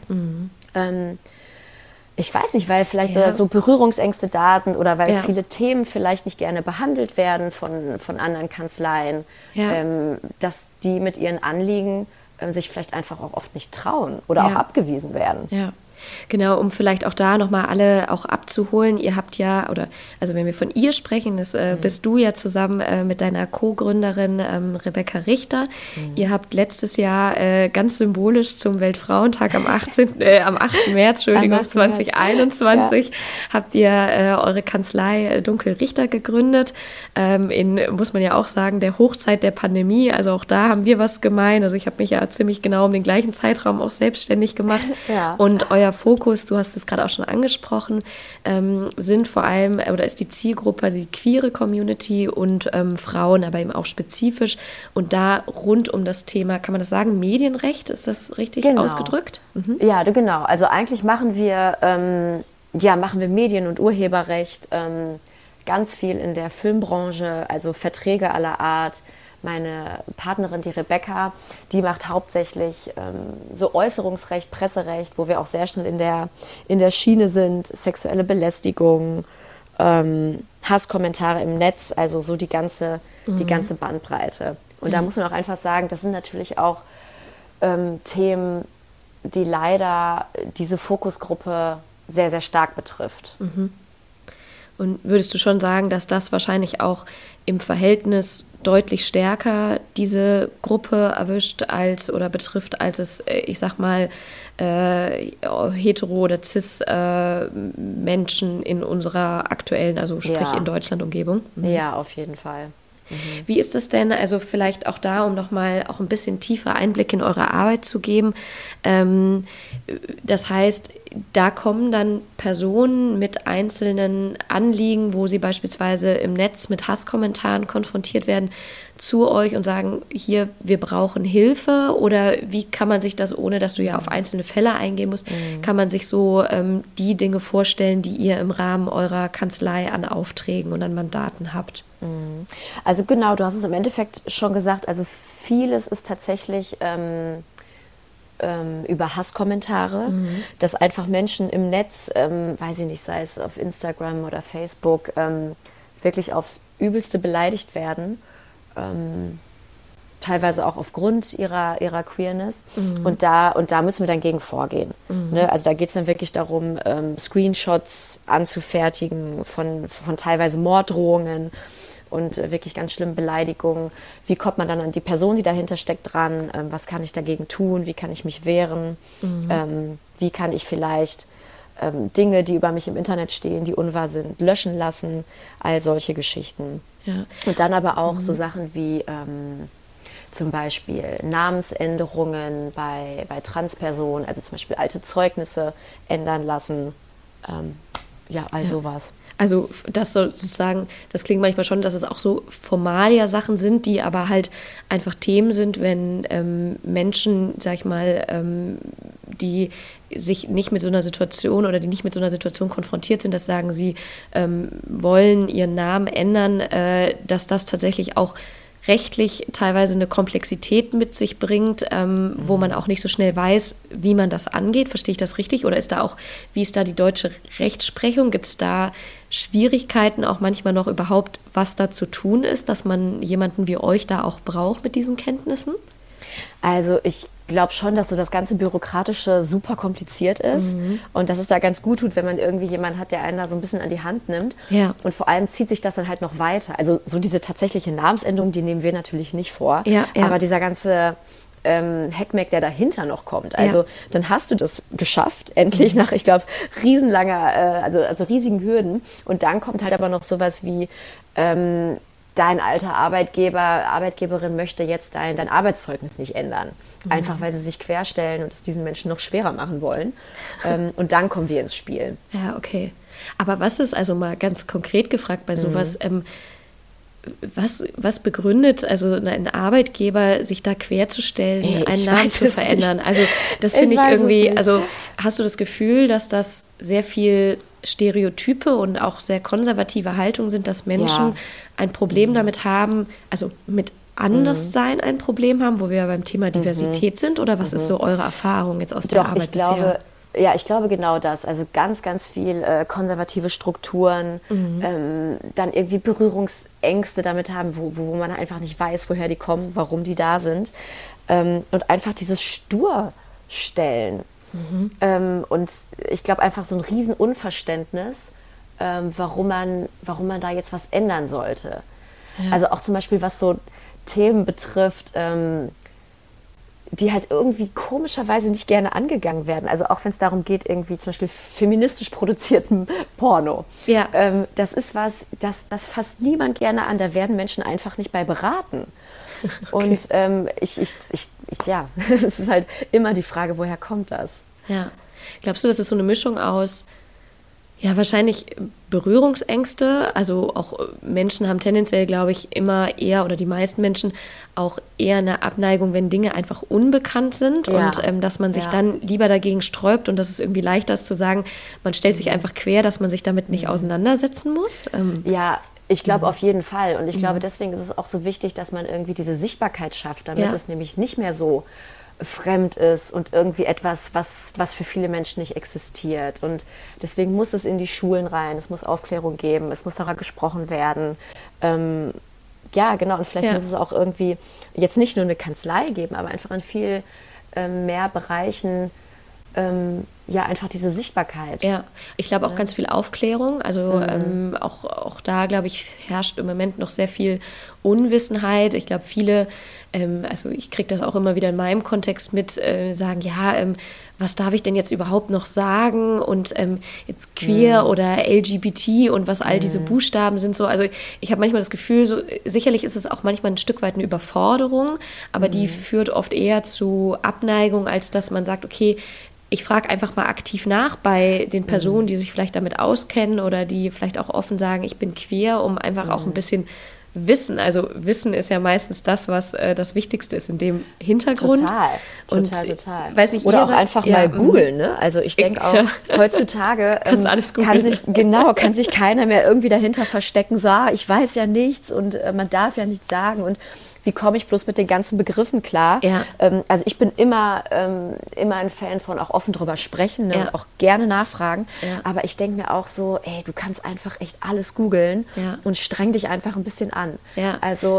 Ich weiß nicht, weil vielleicht so Berührungsängste da sind oder weil viele Themen vielleicht nicht gerne behandelt werden von anderen Kanzleien, dass die mit ihren Anliegen sich vielleicht einfach auch oft nicht trauen oder auch abgewiesen werden. Ja. Genau, um vielleicht auch da nochmal alle auch abzuholen. Ihr habt ja, also wenn wir von ihr sprechen, das bist du ja zusammen mit deiner Co-Gründerin Rebecca Richter. Ihr habt letztes Jahr ganz symbolisch zum Weltfrauentag am 8. März 2021 habt ihr eure Kanzlei Dunkel Richter gegründet. Muss man ja auch sagen, der Hochzeit der Pandemie. Also auch da haben wir was gemein. Also ich habe mich ja ziemlich genau um den gleichen Zeitraum auch selbstständig gemacht. Und euer Fokus, du hast es gerade auch schon angesprochen, sind vor allem, oder ist die Zielgruppe die queere Community und Frauen, aber eben auch spezifisch. Und da rund um das Thema, kann man das sagen, Medienrecht, ist das richtig ausgedrückt? Ja, genau. Also eigentlich machen wir Medien- und Urheberrecht, ganz viel in der Filmbranche, also Verträge aller Art. Meine Partnerin, die Rebecca, die macht hauptsächlich so Äußerungsrecht, Presserecht, wo wir auch sehr schnell in der Schiene sind, sexuelle Belästigung, Hasskommentare im Netz, also so die ganze Bandbreite. Und da muss man auch einfach sagen, das sind natürlich auch Themen, die leider diese Fokusgruppe sehr, sehr stark betrifft. Und würdest du schon sagen, dass das wahrscheinlich auch im Verhältnis deutlich stärker diese Gruppe betrifft, als es, ich sag mal, hetero- oder cis-Menschen in unserer aktuellen, also sprich in Deutschland Umgebung? Ja, auf jeden Fall. Wie ist das denn, also vielleicht auch da, um nochmal auch ein bisschen tiefer Einblick in eure Arbeit zu geben, das heißt, da kommen dann Personen mit einzelnen Anliegen, wo sie beispielsweise im Netz mit Hasskommentaren konfrontiert werden, zu euch und sagen, hier, wir brauchen Hilfe? Oder wie kann man sich das, ohne dass du ja auf einzelne Fälle eingehen musst, kann man sich so die Dinge vorstellen, die ihr im Rahmen eurer Kanzlei an Aufträgen und an Mandaten habt? Also genau, du hast es im Endeffekt schon gesagt, also vieles ist tatsächlich über Hasskommentare, dass einfach Menschen im Netz, weiß ich nicht, sei es auf Instagram oder Facebook, wirklich aufs Übelste beleidigt werden, teilweise auch aufgrund ihrer Queerness. Und da müssen wir dann gegen vorgehen. Ne? Also da geht es dann wirklich darum, Screenshots anzufertigen von teilweise Morddrohungen und wirklich ganz schlimmen Beleidigungen. Wie kommt man dann an die Person, die dahinter steckt, dran? Was kann ich dagegen tun? Wie kann ich mich wehren? Wie kann ich vielleicht Dinge, die über mich im Internet stehen, die unwahr sind, löschen lassen? All solche Geschichten. Ja. Und dann aber auch so Sachen wie zum Beispiel Namensänderungen bei Transpersonen, also zum Beispiel alte Zeugnisse ändern lassen. All sowas. Also das sozusagen, das klingt manchmal schon, dass es auch so Formalia-Sachen sind, die aber halt einfach Themen sind, wenn Menschen, sag ich mal, die sich nicht mit so einer Situation oder die nicht mit so einer Situation konfrontiert sind, dass sagen, sie wollen ihren Namen ändern, dass das tatsächlich auch rechtlich teilweise eine Komplexität mit sich bringt, wo man auch nicht so schnell weiß, wie man das angeht. Verstehe ich das richtig? Oder wie ist da die deutsche Rechtsprechung? Gibt es da Schwierigkeiten auch manchmal noch überhaupt, was da zu tun ist, dass man jemanden wie euch da auch braucht mit diesen Kenntnissen? Also ich glaube schon, dass so das ganze Bürokratische super kompliziert ist und dass es da ganz gut tut, wenn man irgendwie jemanden hat, der einen da so ein bisschen an die Hand nimmt. Ja. Und vor allem zieht sich das dann halt noch weiter. Also so diese tatsächliche Namensänderung, die nehmen wir natürlich nicht vor. Ja. Aber dieser ganze Heckmeck, der dahinter noch kommt. Also dann hast du das geschafft, endlich nach, ich glaube, riesigen Hürden. Und dann kommt halt aber noch sowas wie dein alter Arbeitgeberin möchte jetzt dein Arbeitszeugnis nicht ändern. Einfach, weil sie sich querstellen und es diesen Menschen noch schwerer machen wollen. Und dann kommen wir ins Spiel. Ja, okay. Aber was ist, also mal ganz konkret gefragt bei sowas, was begründet also ein Arbeitgeber, sich da querzustellen, einen Namen zu verändern? Nicht. Also das finde ich irgendwie, also hast du das Gefühl, dass das sehr viel Stereotype und auch sehr konservative Haltung sind, dass Menschen ein Problem damit haben, also mit Anderssein ein Problem haben, wo wir ja beim Thema Diversität sind? Oder was ist so eure Erfahrung jetzt aus der Arbeit bisher? Ja, ich glaube genau das. Also ganz, ganz viel konservative Strukturen, dann irgendwie Berührungsängste damit haben, wo man einfach nicht weiß, woher die kommen, warum die da sind. Und einfach dieses Sturstellen. Und ich glaube einfach so ein Riesenunverständnis, warum man da jetzt was ändern sollte. Ja. Also auch zum Beispiel, was so Themen betrifft, die halt irgendwie komischerweise nicht gerne angegangen werden. Also auch wenn es darum geht, irgendwie zum Beispiel feministisch produzierten Porno. Ja. Das ist was, das fasst niemand gerne an. Da werden Menschen einfach nicht bei beraten. Okay. Und es ist halt immer die Frage, woher kommt das? Ja. Glaubst du, das ist so eine Mischung aus, ja, wahrscheinlich Berührungsängste, also auch Menschen haben tendenziell, glaube ich, immer eher oder die meisten Menschen auch eher eine Abneigung, wenn Dinge einfach unbekannt sind und dass man sich dann lieber dagegen sträubt und dass es irgendwie leichter ist zu sagen, man stellt sich einfach quer, dass man sich damit nicht auseinandersetzen muss. Ja, ich glaube auf jeden Fall und ich glaube, deswegen ist es auch so wichtig, dass man irgendwie diese Sichtbarkeit schafft, damit es nämlich nicht mehr so fremd ist und irgendwie etwas, was für viele Menschen nicht existiert. Und deswegen muss es in die Schulen rein, es muss Aufklärung geben, es muss darüber gesprochen werden. Ja, genau, und vielleicht muss es auch irgendwie jetzt nicht nur eine Kanzlei geben, aber einfach in viel mehr Bereichen einfach diese Sichtbarkeit. Ja, ich glaube auch ganz viel Aufklärung. Also auch da, glaube ich, herrscht im Moment noch sehr viel Unwissenheit. Ich glaube, viele, also ich kriege das auch immer wieder in meinem Kontext mit, sagen, was darf ich denn jetzt überhaupt noch sagen? Und jetzt queer oder LGBT und was all diese Buchstaben sind so. Also ich habe manchmal das Gefühl, so sicherlich ist es auch manchmal ein Stück weit eine Überforderung, aber die führt oft eher zu Abneigung, als dass man sagt, okay, ich frage einfach mal aktiv nach bei den Personen, die sich vielleicht damit auskennen oder die vielleicht auch offen sagen, ich bin queer, um einfach auch ein bisschen Wissen. Also Wissen ist ja meistens das, was das Wichtigste ist in dem Hintergrund. Total. Weiß nicht, oder auch einfach mal googeln. Ne? Also ich denke auch, heutzutage kann sich keiner mehr irgendwie dahinter verstecken, so, ich weiß ja nichts und man darf ja nichts sagen und wie komme ich bloß mit den ganzen Begriffen klar? Ja. Also ich bin immer ein Fan von auch offen drüber sprechen und auch gerne nachfragen. Ja. Aber ich denke mir auch so, du kannst einfach echt alles googeln und streng dich einfach ein bisschen an. Ja. Also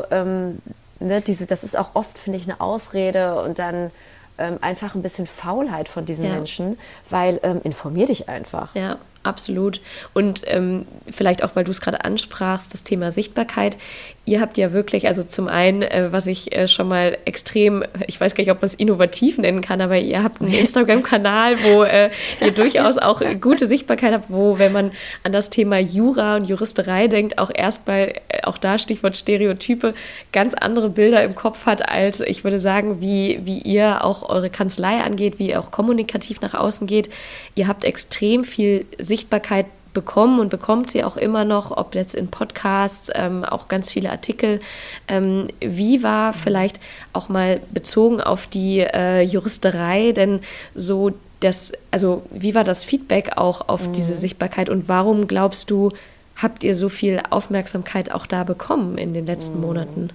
das ist auch oft, finde ich, eine Ausrede und dann einfach ein bisschen Faulheit von diesen Menschen, weil informier dich einfach. Ja. Absolut. Und vielleicht auch, weil du es gerade ansprachst, das Thema Sichtbarkeit. Ihr habt ja wirklich, also zum einen, was ich schon mal extrem, ich weiß gar nicht, ob man es innovativ nennen kann, aber ihr habt einen Instagram-Kanal, wo ihr durchaus auch gute Sichtbarkeit habt, wo, wenn man an das Thema Jura und Juristerei denkt, auch erstmal, auch da Stichwort Stereotype, ganz andere Bilder im Kopf hat, als ich würde sagen, wie ihr auch eure Kanzlei angeht, wie ihr auch kommunikativ nach außen geht. Ihr habt extrem viel Sichtbarkeit bekommen und bekommt sie auch immer noch, ob jetzt in Podcasts, auch ganz viele Artikel. Wie war vielleicht auch mal bezogen auf die Juristerei denn so wie war das Feedback auch auf diese Sichtbarkeit und warum glaubst du, habt ihr so viel Aufmerksamkeit auch da bekommen in den letzten Monaten?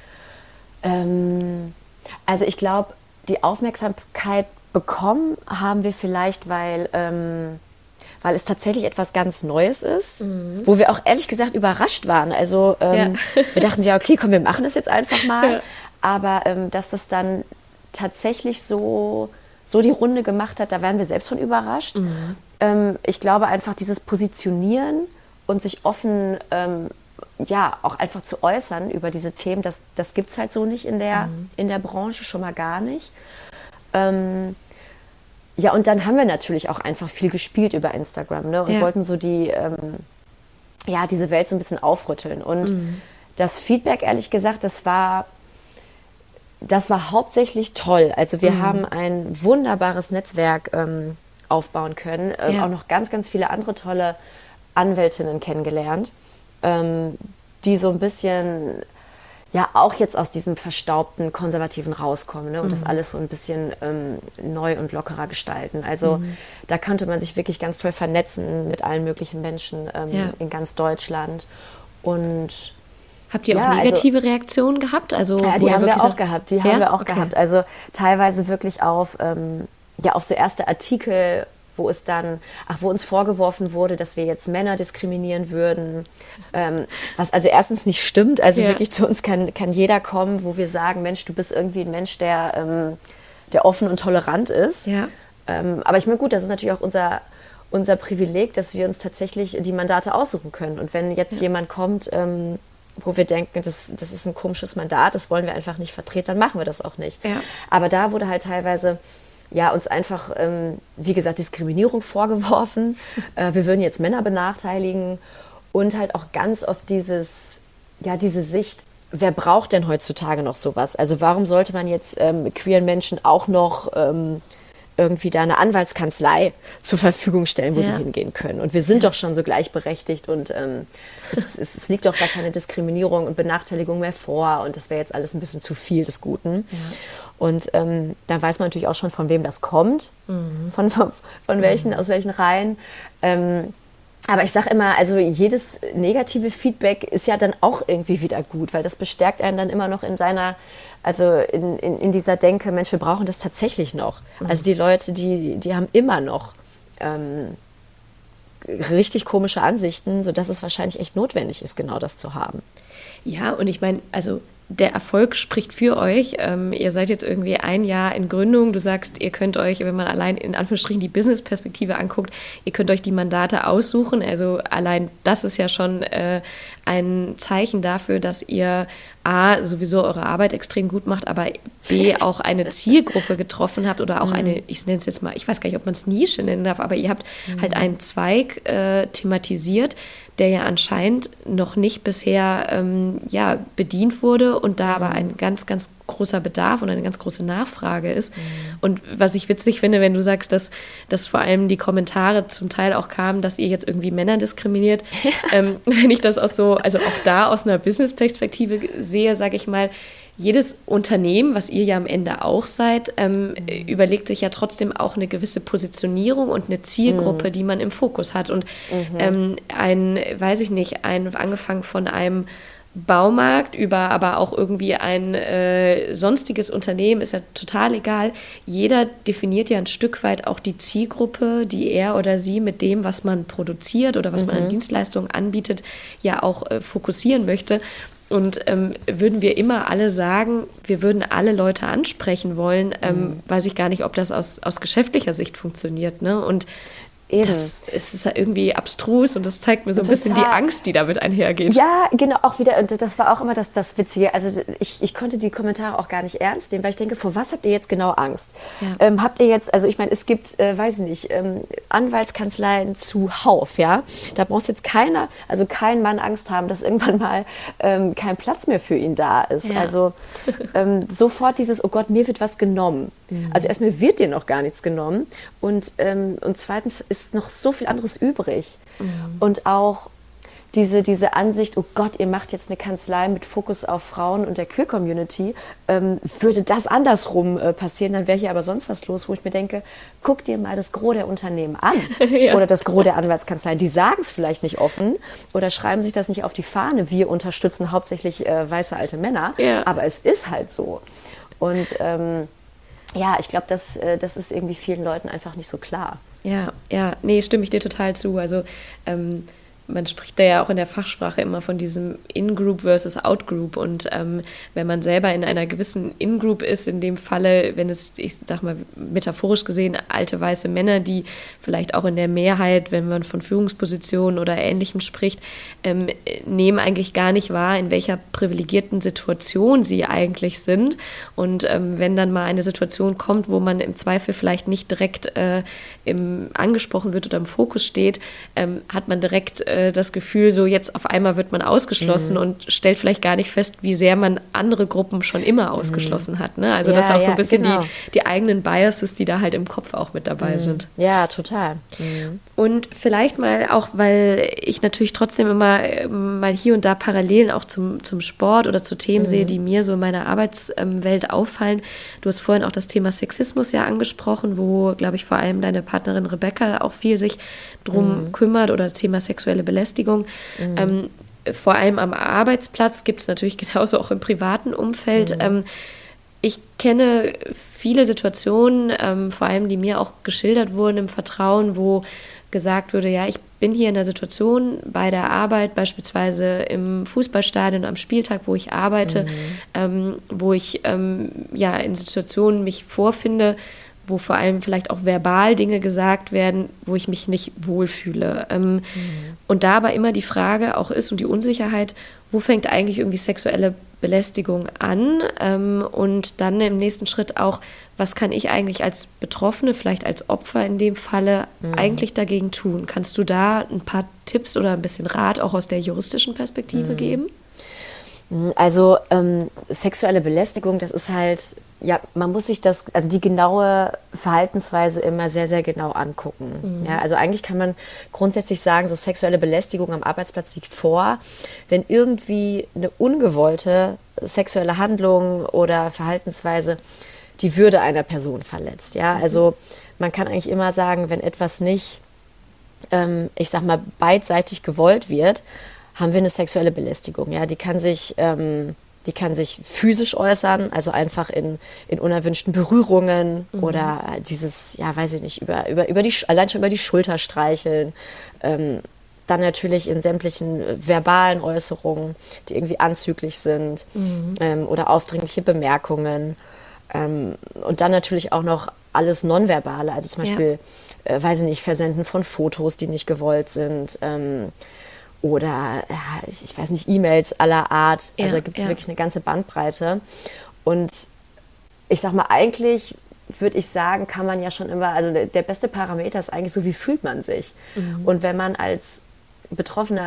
Also ich glaube, die Aufmerksamkeit bekommen haben wir vielleicht, weil es tatsächlich etwas ganz Neues ist, wo wir auch ehrlich gesagt überrascht waren. Also wir dachten ja, okay, komm, wir machen das jetzt einfach mal. Ja. Aber dass das dann tatsächlich so die Runde gemacht hat, da waren wir selbst von überrascht. Ich glaube einfach, dieses Positionieren und sich offen auch einfach zu äußern über diese Themen, das gibt es halt so nicht in der Branche, schon mal gar nicht. Ja, und dann haben wir natürlich auch einfach viel gespielt über Instagram, ne? Und wollten so diese Welt so ein bisschen aufrütteln. Und das Feedback, ehrlich gesagt, das war hauptsächlich toll. Also wir haben ein wunderbares Netzwerk aufbauen können. Auch noch ganz, ganz viele andere tolle Anwältinnen kennengelernt, die so ein bisschen ja auch jetzt aus diesem verstaubten Konservativen rauskommen, ne? Und das alles so ein bisschen neu und lockerer gestalten. Also da konnte man sich wirklich ganz toll vernetzen mit allen möglichen Menschen in ganz Deutschland. Und habt ihr auch negative Reaktionen gehabt? Also, ja, die haben wir auch gehabt. Haben wir auch gehabt. Also teilweise wirklich auf so erste Artikel, wo uns vorgeworfen wurde, dass wir jetzt Männer diskriminieren würden. Was also erstens nicht stimmt. Also wirklich zu uns kann jeder kommen, wo wir sagen, Mensch, du bist irgendwie ein Mensch, der offen und tolerant ist. Ja. Aber ich meine, gut, das ist natürlich auch unser Privileg, dass wir uns tatsächlich die Mandate aussuchen können. Und wenn jetzt jemand kommt, wo wir denken, das ist ein komisches Mandat, das wollen wir einfach nicht vertreten, dann machen wir das auch nicht. Ja. Aber da wurde halt teilweise uns einfach, wie gesagt, Diskriminierung vorgeworfen. Wir würden jetzt Männer benachteiligen und halt auch ganz oft diese Sicht, wer braucht denn heutzutage noch sowas? Also warum sollte man jetzt queeren Menschen auch noch irgendwie da eine Anwaltskanzlei zur Verfügung stellen, wo die hingehen können? Und wir sind doch schon so gleichberechtigt und es liegt doch gar keine Diskriminierung und Benachteiligung mehr vor und das wäre jetzt alles ein bisschen zu viel des Guten. Ja. Und dann weiß man natürlich auch schon, von wem das kommt, von welchen, aus welchen Reihen. Aber ich sage immer, also jedes negative Feedback ist ja dann auch irgendwie wieder gut, weil das bestärkt einen dann immer noch in in dieser Denke, Mensch, wir brauchen das tatsächlich noch. Also die Leute, die haben immer noch richtig komische Ansichten, sodass es wahrscheinlich echt notwendig ist, genau das zu haben. Ja, und ich meine, also der Erfolg spricht für euch. Ihr seid jetzt irgendwie 1 Jahr in Gründung. Du sagst, ihr könnt euch, wenn man allein in Anführungsstrichen die Business-Perspektive anguckt, ihr könnt euch die Mandate aussuchen. Also allein das ist ja schon ein Zeichen dafür, dass ihr A, sowieso eure Arbeit extrem gut macht, aber B, auch eine Zielgruppe getroffen habt oder auch eine, ich nenne es jetzt mal, ich weiß gar nicht, ob man es Nische nennen darf, aber ihr habt halt einen Zweig thematisiert, der ja anscheinend noch nicht bisher bedient wurde und da aber ein ganz, ganz großer Bedarf und eine ganz große Nachfrage ist. Und was ich witzig finde, wenn du sagst, dass vor allem die Kommentare zum Teil auch kamen, dass ihr jetzt irgendwie Männer diskriminiert, wenn ich das also auch da aus einer Business-Perspektive sehe, sage ich mal, jedes Unternehmen, was ihr ja am Ende auch seid, überlegt sich ja trotzdem auch eine gewisse Positionierung und eine Zielgruppe, die man im Fokus hat. Und angefangen von einem Baumarkt über aber auch irgendwie ein sonstiges Unternehmen, ist ja total egal. Jeder definiert ja ein Stück weit auch die Zielgruppe, die er oder sie mit dem, was man produziert oder was man an Dienstleistungen anbietet, ja auch fokussieren möchte. Und würden wir immer alle sagen, wir würden alle Leute ansprechen wollen, weiß ich gar nicht, ob das aus geschäftlicher Sicht funktioniert. Ne? Und das ist irgendwie abstrus und das zeigt mir so ein bisschen die Angst, die damit einhergeht. Ja, genau, auch wieder, und das war auch immer das Witzige, also ich konnte die Kommentare auch gar nicht ernst nehmen, weil ich denke, vor was habt ihr jetzt genau Angst? Ja. Habt ihr jetzt, also ich meine, es gibt, weiß ich nicht, Anwaltskanzleien zuhauf, ja, da braucht jetzt kein Mann Angst haben, dass irgendwann mal kein Platz mehr für ihn da ist. Ja. Also sofort dieses, oh Gott, mir wird was genommen. Also erstmal wird dir noch gar nichts genommen und zweitens ist noch so viel anderes übrig. Und auch diese Ansicht, oh Gott, ihr macht jetzt eine Kanzlei mit Fokus auf Frauen und der Queer-Community, würde das andersrum passieren, dann wäre hier aber sonst was los, wo ich mir denke, guck dir mal das Gros der Unternehmen an oder das Gros der Anwaltskanzleien. Die sagen es vielleicht nicht offen oder schreiben sich das nicht auf die Fahne, wir unterstützen hauptsächlich weiße alte Männer, aber es ist halt so. Und ich glaube, das ist irgendwie vielen Leuten einfach nicht so klar. Nee, stimme ich dir total zu. Also man spricht da ja auch in der Fachsprache immer von diesem In-Group versus Out-Group und wenn man selber in einer gewissen In-Group ist, in dem Falle, wenn es, ich sag mal metaphorisch gesehen, alte weiße Männer, die vielleicht auch in der Mehrheit, wenn man von Führungspositionen oder Ähnlichem spricht, nehmen eigentlich gar nicht wahr, in welcher privilegierten Situation sie eigentlich sind und wenn dann mal eine Situation kommt, wo man im Zweifel vielleicht nicht direkt angesprochen wird oder im Fokus steht, hat man direkt das Gefühl, so jetzt auf einmal wird man ausgeschlossen und stellt vielleicht gar nicht fest, wie sehr man andere Gruppen schon immer ausgeschlossen hat. Ne? Also das ist auch so ein bisschen die eigenen Biases, die da halt im Kopf auch mit dabei sind. Ja, total. Und vielleicht mal auch, weil ich natürlich trotzdem immer mal hier und da Parallelen auch zum Sport oder zu Themen sehe, die mir so in meiner Arbeitswelt auffallen. Du hast vorhin auch das Thema Sexismus ja angesprochen, wo, glaube ich, vor allem deine Partnerin Rebecca auch viel sich drum kümmert, oder das Thema sexuelle Belästigung. Vor allem am Arbeitsplatz gibt es natürlich genauso auch im privaten Umfeld. Ich kenne viele Situationen, vor allem die mir auch geschildert wurden im Vertrauen, wo gesagt wurde, ja, ich bin hier in der Situation bei der Arbeit, beispielsweise im Fußballstadion am Spieltag, wo ich arbeite, wo ich in Situationen mich vorfinde, wo vor allem vielleicht auch verbal Dinge gesagt werden, wo ich mich nicht wohlfühle. Und da aber immer die Frage auch ist und die Unsicherheit, wo fängt eigentlich irgendwie sexuelle Belästigung an? Und dann im nächsten Schritt auch, was kann ich eigentlich als Betroffene, vielleicht als Opfer in dem Falle, eigentlich dagegen tun? Kannst du da ein paar Tipps oder ein bisschen Rat auch aus der juristischen Perspektive geben? Also sexuelle Belästigung, das ist halt, ja, man muss sich also die genaue Verhaltensweise immer sehr, sehr genau angucken. Ja, also eigentlich kann man grundsätzlich sagen, so sexuelle Belästigung am Arbeitsplatz liegt vor, wenn irgendwie eine ungewollte sexuelle Handlung oder Verhaltensweise die Würde einer Person verletzt. Ja, also man kann eigentlich immer sagen, wenn etwas nicht, ich sag mal, beidseitig gewollt wird, haben wir eine sexuelle Belästigung. Ja, die kann sich physisch äußern, also einfach in unerwünschten Berührungen oder dieses, ja, weiß ich nicht, allein schon über die Schulter streicheln. Dann natürlich in sämtlichen verbalen Äußerungen, die irgendwie anzüglich sind, oder aufdringliche Bemerkungen. Und dann natürlich auch noch alles Nonverbale, also zum Beispiel, weiß ich nicht, Versenden von Fotos, die nicht gewollt sind, oder, ich weiß nicht, E-Mails aller Art. Also da gibt es wirklich eine ganze Bandbreite. Und ich sag mal, eigentlich würde ich sagen, kann man ja schon immer, also der beste Parameter ist eigentlich so, wie fühlt man sich? Und wenn man als Betroffener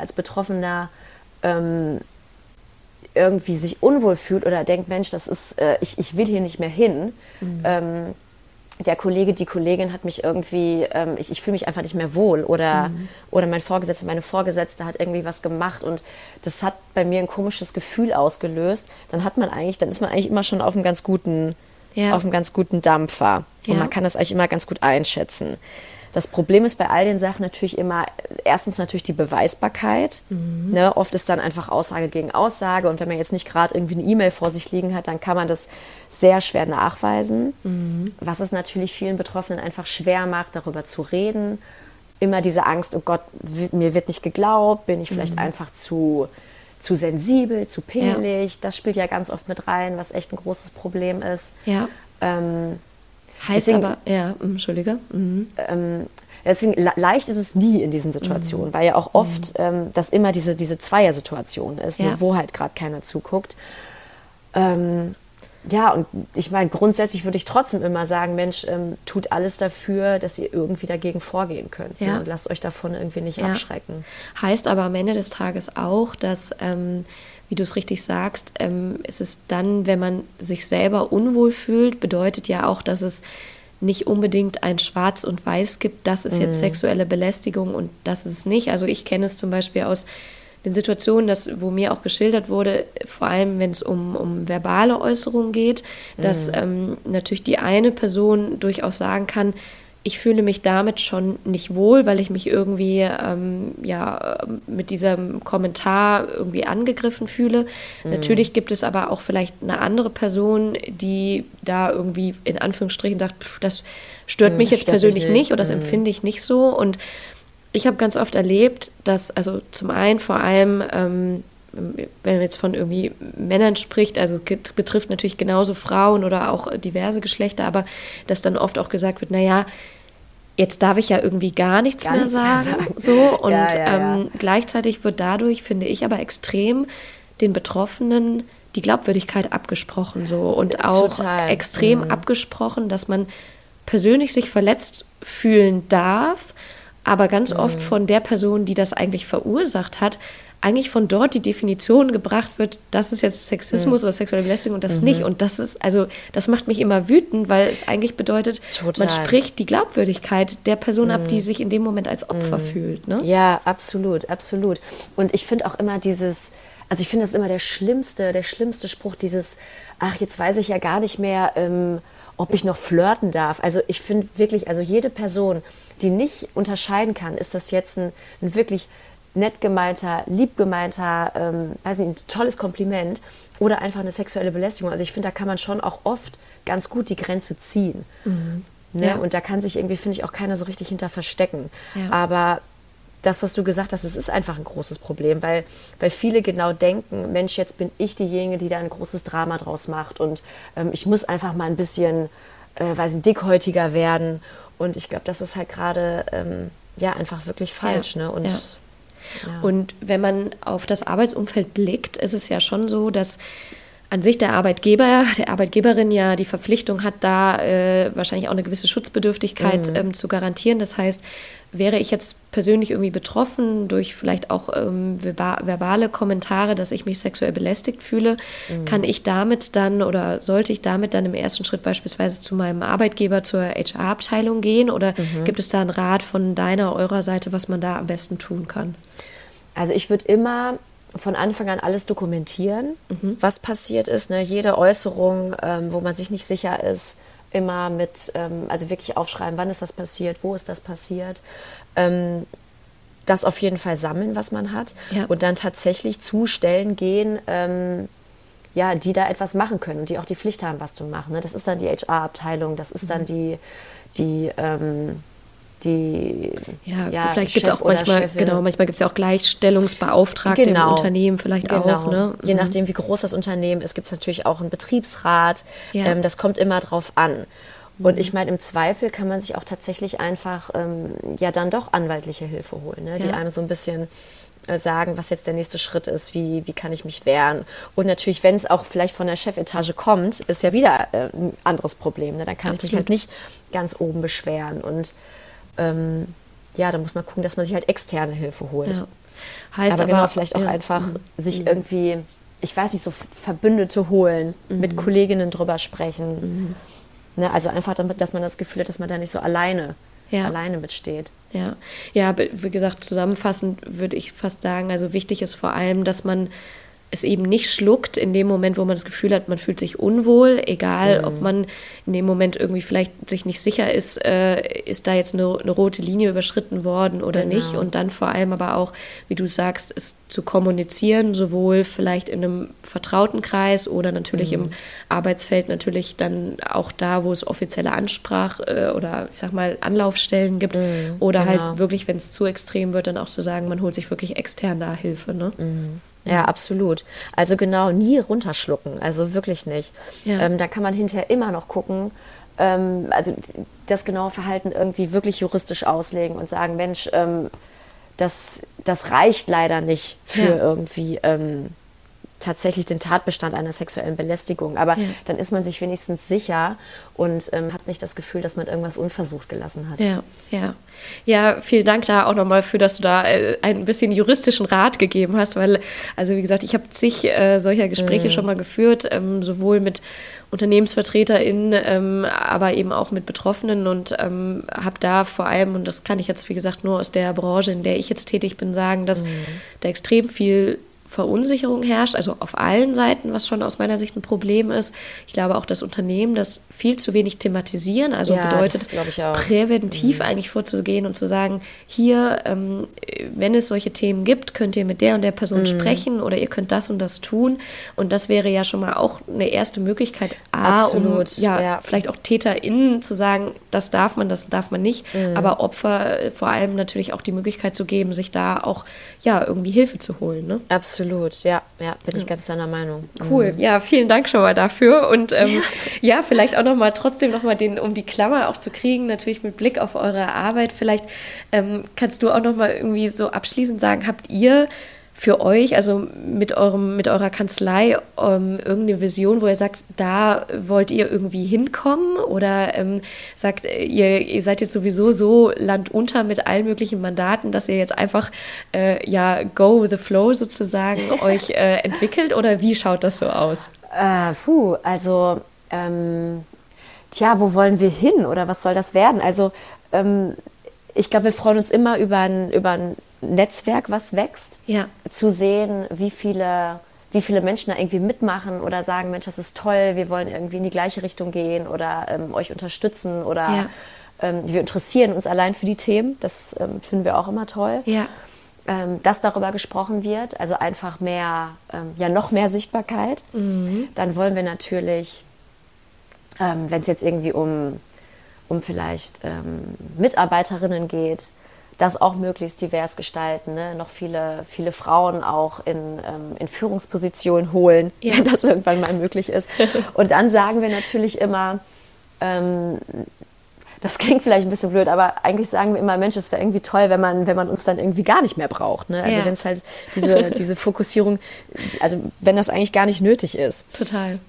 irgendwie sich unwohl fühlt oder denkt, Mensch, das ist, ich will hier nicht mehr hin, der Kollege, die Kollegin hat mich irgendwie, ich fühle mich einfach nicht mehr wohl, oder mein Vorgesetzter, meine Vorgesetzte hat irgendwie was gemacht und das hat bei mir ein komisches Gefühl ausgelöst, dann ist man eigentlich immer schon auf einem ganz guten Dampfer. Und man kann das eigentlich immer ganz gut einschätzen. Das Problem ist bei all den Sachen natürlich immer, erstens natürlich die Beweisbarkeit. Ne? Oft ist dann einfach Aussage gegen Aussage, und wenn man jetzt nicht gerade irgendwie eine E-Mail vor sich liegen hat, dann kann man das sehr schwer nachweisen. Was es natürlich vielen Betroffenen einfach schwer macht, darüber zu reden. Immer diese Angst, oh Gott, mir wird nicht geglaubt, bin ich vielleicht einfach zu sensibel, zu pingelig. Das spielt ja ganz oft mit rein, was echt ein großes Problem ist. Ja. Heißt deswegen, aber, Entschuldige. Deswegen leicht ist es nie in diesen Situationen, weil ja auch oft das immer diese Zweier-Situation ist, ne, wo halt gerade keiner zuguckt. Ja, und ich meine, grundsätzlich würde ich trotzdem immer sagen, Mensch, tut alles dafür, dass ihr irgendwie dagegen vorgehen könnt. Ne, und lasst euch davon irgendwie nicht abschrecken. Heißt aber am Ende des Tages auch, dass wie du es richtig sagst, ist es dann, wenn man sich selber unwohl fühlt, bedeutet ja auch, dass es nicht unbedingt ein Schwarz und Weiß gibt, das ist jetzt sexuelle Belästigung und das ist es nicht. Also ich kenne es zum Beispiel aus den Situationen, wo mir auch geschildert wurde, vor allem wenn es um verbale Äußerungen geht, dass natürlich die eine Person durchaus sagen kann, ich fühle mich damit schon nicht wohl, weil ich mich irgendwie mit diesem Kommentar irgendwie angegriffen fühle. Natürlich gibt es aber auch vielleicht eine andere Person, die da irgendwie in Anführungsstrichen sagt, das stört mich jetzt persönlich nicht oder das empfinde ich nicht so. Und ich habe ganz oft erlebt, dass, also zum einen vor allem, wenn man jetzt von irgendwie Männern spricht, also betrifft natürlich genauso Frauen oder auch diverse Geschlechter, aber dass dann oft auch gesagt wird, naja, jetzt darf ich ja irgendwie gar nichts mehr sagen. So, und gleichzeitig wird dadurch, finde ich, aber extrem den Betroffenen die Glaubwürdigkeit abgesprochen. So, und auch total extrem abgesprochen, dass man persönlich sich verletzt fühlen darf, aber ganz oft von der Person, die das eigentlich verursacht hat, eigentlich von dort die Definition gebracht wird, das ist jetzt Sexismus oder sexuelle Belästigung und das nicht. Und das ist, also das macht mich immer wütend, weil es eigentlich bedeutet, man spricht die Glaubwürdigkeit der Person ab, die sich in dem Moment als Opfer fühlt. Ne? Ja, absolut, absolut. Und ich finde auch immer also ich finde das immer der schlimmste Spruch, ach, jetzt weiß ich ja gar nicht mehr, ob ich noch flirten darf. Also ich finde wirklich, also jede Person, die nicht unterscheiden kann, ist das jetzt ein wirklich nett gemeinter, lieb gemeinter, weiß nicht, ein tolles Kompliment oder einfach eine sexuelle Belästigung. Also ich finde, da kann man schon auch oft ganz gut die Grenze ziehen. Ne? Ja. Und da kann sich irgendwie, finde ich, auch keiner so richtig hinter verstecken. Ja. Aber das, was du gesagt hast, es ist einfach ein großes Problem, weil viele genau denken, Mensch, jetzt bin ich diejenige, die da ein großes Drama draus macht und ich muss einfach mal ein bisschen, dickhäutiger werden. Und ich glaube, das ist halt gerade, einfach wirklich falsch. Ja. Ne? Und ja. Und wenn man auf das Arbeitsumfeld blickt, ist es ja schon so, dass an sich der Arbeitgeber, der Arbeitgeberin ja die Verpflichtung hat, da wahrscheinlich auch eine gewisse Schutzbedürftigkeit zu garantieren. Das heißt, wäre ich jetzt persönlich irgendwie betroffen durch vielleicht auch verbale Kommentare, dass ich mich sexuell belästigt fühle, kann ich damit dann oder sollte ich damit dann im ersten Schritt beispielsweise zu meinem Arbeitgeber, zur HR-Abteilung gehen oder gibt es da einen Rat von eurer Seite, was man da am besten tun kann? Also ich würde immer von Anfang an alles dokumentieren, was passiert ist. Ne? Jede Äußerung, wo man sich nicht sicher ist, immer also wirklich aufschreiben, wann ist das passiert, wo ist das passiert. Das auf jeden Fall sammeln, was man hat. Ja. Und dann tatsächlich zu Stellen gehen, die da etwas machen können und die auch die Pflicht haben, was zu machen. Ne? Das ist dann die HR-Abteilung, das ist dann die vielleicht gibt es auch manchmal gibt es ja auch Gleichstellungsbeauftragte im Unternehmen vielleicht auch. Ne? Je nachdem, wie groß das Unternehmen ist, gibt es natürlich auch einen Betriebsrat. Ja. Das kommt immer drauf an. Und ich meine, im Zweifel kann man sich auch tatsächlich einfach dann doch anwaltliche Hilfe holen, ne? Die einem so ein bisschen sagen, was jetzt der nächste Schritt ist, wie kann ich mich wehren. Und natürlich, wenn es auch vielleicht von der Chefetage kommt, ist ja wieder ein anderes Problem. Ne? Dann kann ich mich halt nicht ganz oben beschweren. Und da muss man gucken, dass man sich halt externe Hilfe holt. Ja. Heißt aber genau, vielleicht auch einfach sich irgendwie, ich weiß nicht, so Verbündete holen, mit Kolleginnen drüber sprechen. Ne, also einfach damit, dass man das Gefühl hat, dass man da nicht so alleine mitsteht. Ja, wie gesagt, zusammenfassend würde ich fast sagen, also wichtig ist vor allem, dass man es eben nicht schluckt in dem Moment, wo man das Gefühl hat, man fühlt sich unwohl, egal ob man in dem Moment irgendwie vielleicht sich nicht sicher ist, ist da jetzt eine rote Linie überschritten worden oder nicht. Und dann vor allem aber auch, wie du sagst, es zu kommunizieren, sowohl vielleicht in einem vertrauten Kreis oder natürlich im Arbeitsfeld, natürlich dann auch da, wo es offizielle Ansprache oder ich sag mal Anlaufstellen gibt oder halt wirklich, wenn es zu extrem wird, dann auch zu sagen, man holt sich wirklich extern da Hilfe. Ne? Ja, absolut. Also genau, nie runterschlucken, also wirklich nicht. Ja. Da kann man hinterher immer noch gucken, also das genaue Verhalten irgendwie wirklich juristisch auslegen und sagen, Mensch, das reicht leider nicht für irgendwie tatsächlich den Tatbestand einer sexuellen Belästigung. Aber dann ist man sich wenigstens sicher und hat nicht das Gefühl, dass man irgendwas unversucht gelassen hat. Ja, vielen Dank da auch nochmal für, dass du da ein bisschen juristischen Rat gegeben hast, weil, also wie gesagt, ich habe zig solcher Gespräche schon mal geführt, sowohl mit UnternehmensvertreterInnen, aber eben auch mit Betroffenen und habe da vor allem, und das kann ich jetzt, wie gesagt, nur aus der Branche, in der ich jetzt tätig bin, sagen, dass da extrem viel Verunsicherung herrscht, also auf allen Seiten, was schon aus meiner Sicht ein Problem ist. Ich glaube auch, dass Unternehmen das viel zu wenig thematisieren, also bedeutet präventiv eigentlich vorzugehen und zu sagen, hier, wenn es solche Themen gibt, könnt ihr mit der und der Person sprechen oder ihr könnt das und das tun und das wäre ja schon mal auch eine erste Möglichkeit, vielleicht auch TäterInnen zu sagen, das darf man nicht, aber Opfer vor allem natürlich auch die Möglichkeit zu geben, sich da auch irgendwie Hilfe zu holen. Ne? Absolut, ja, bin ich ganz deiner Meinung. Cool, ja, vielen Dank schon mal dafür und vielleicht auch trotzdem noch mal um die Klammer auch zu kriegen, natürlich mit Blick auf eure Arbeit, vielleicht kannst du auch noch mal irgendwie so abschließend sagen, habt ihr für euch, also mit eurer Kanzlei, irgendeine Vision, wo ihr sagt, da wollt ihr irgendwie hinkommen oder sagt, ihr seid jetzt sowieso so landunter mit allen möglichen Mandaten, dass ihr jetzt einfach go with the flow sozusagen euch entwickelt, oder wie schaut das so aus? Also wo wollen wir hin oder was soll das werden? Also ich glaube, wir freuen uns immer über ein Netzwerk, was wächst, zu sehen, wie viele Menschen da irgendwie mitmachen oder sagen, Mensch, das ist toll, wir wollen irgendwie in die gleiche Richtung gehen oder euch unterstützen oder wir interessieren uns allein für die Themen. Das finden wir auch immer toll. Ja. Dass darüber gesprochen wird, also einfach mehr, noch mehr Sichtbarkeit. Mhm. Dann wollen wir natürlich, wenn es jetzt irgendwie um vielleicht Mitarbeiterinnen geht, das auch möglichst divers gestalten, ne? Noch viele Frauen auch in Führungspositionen holen, wenn das irgendwann mal möglich ist. Und dann sagen wir natürlich immer, das klingt vielleicht ein bisschen blöd, aber eigentlich sagen wir immer, Mensch, es wäre irgendwie toll, wenn man uns dann irgendwie gar nicht mehr braucht. Ne? Also wenn es halt diese Fokussierung, also wenn das eigentlich gar nicht nötig ist. Total.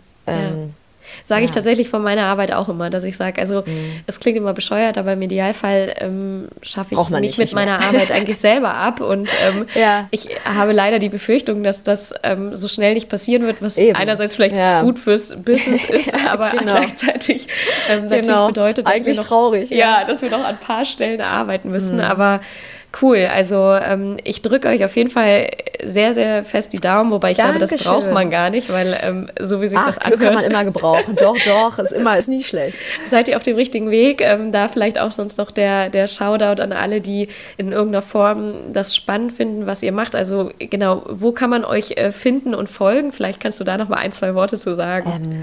Sage ich tatsächlich von meiner Arbeit auch immer, dass ich sage, also es klingt immer bescheuert, aber im Idealfall schaffe ich mich mit meiner Arbeit eigentlich selber ab und ich habe leider die Befürchtung, dass das so schnell nicht passieren wird, was einerseits vielleicht gut fürs Business ist, aber gleichzeitig natürlich bedeutet, dass eigentlich wir noch, traurig, dass wir noch an ein paar Stellen arbeiten müssen, aber cool, also ich drücke euch auf jeden Fall sehr, sehr fest die Daumen, wobei ich glaube, das braucht man gar nicht, weil so wie sich das anhört. Glück kann man immer gebrauchen, doch, ist nie schlecht. Seid ihr auf dem richtigen Weg, da vielleicht auch sonst noch der Shoutout an alle, die in irgendeiner Form das spannend finden, was ihr macht, also genau, wo kann man euch finden und folgen? Vielleicht kannst du da noch mal 1, 2 Worte zu sagen.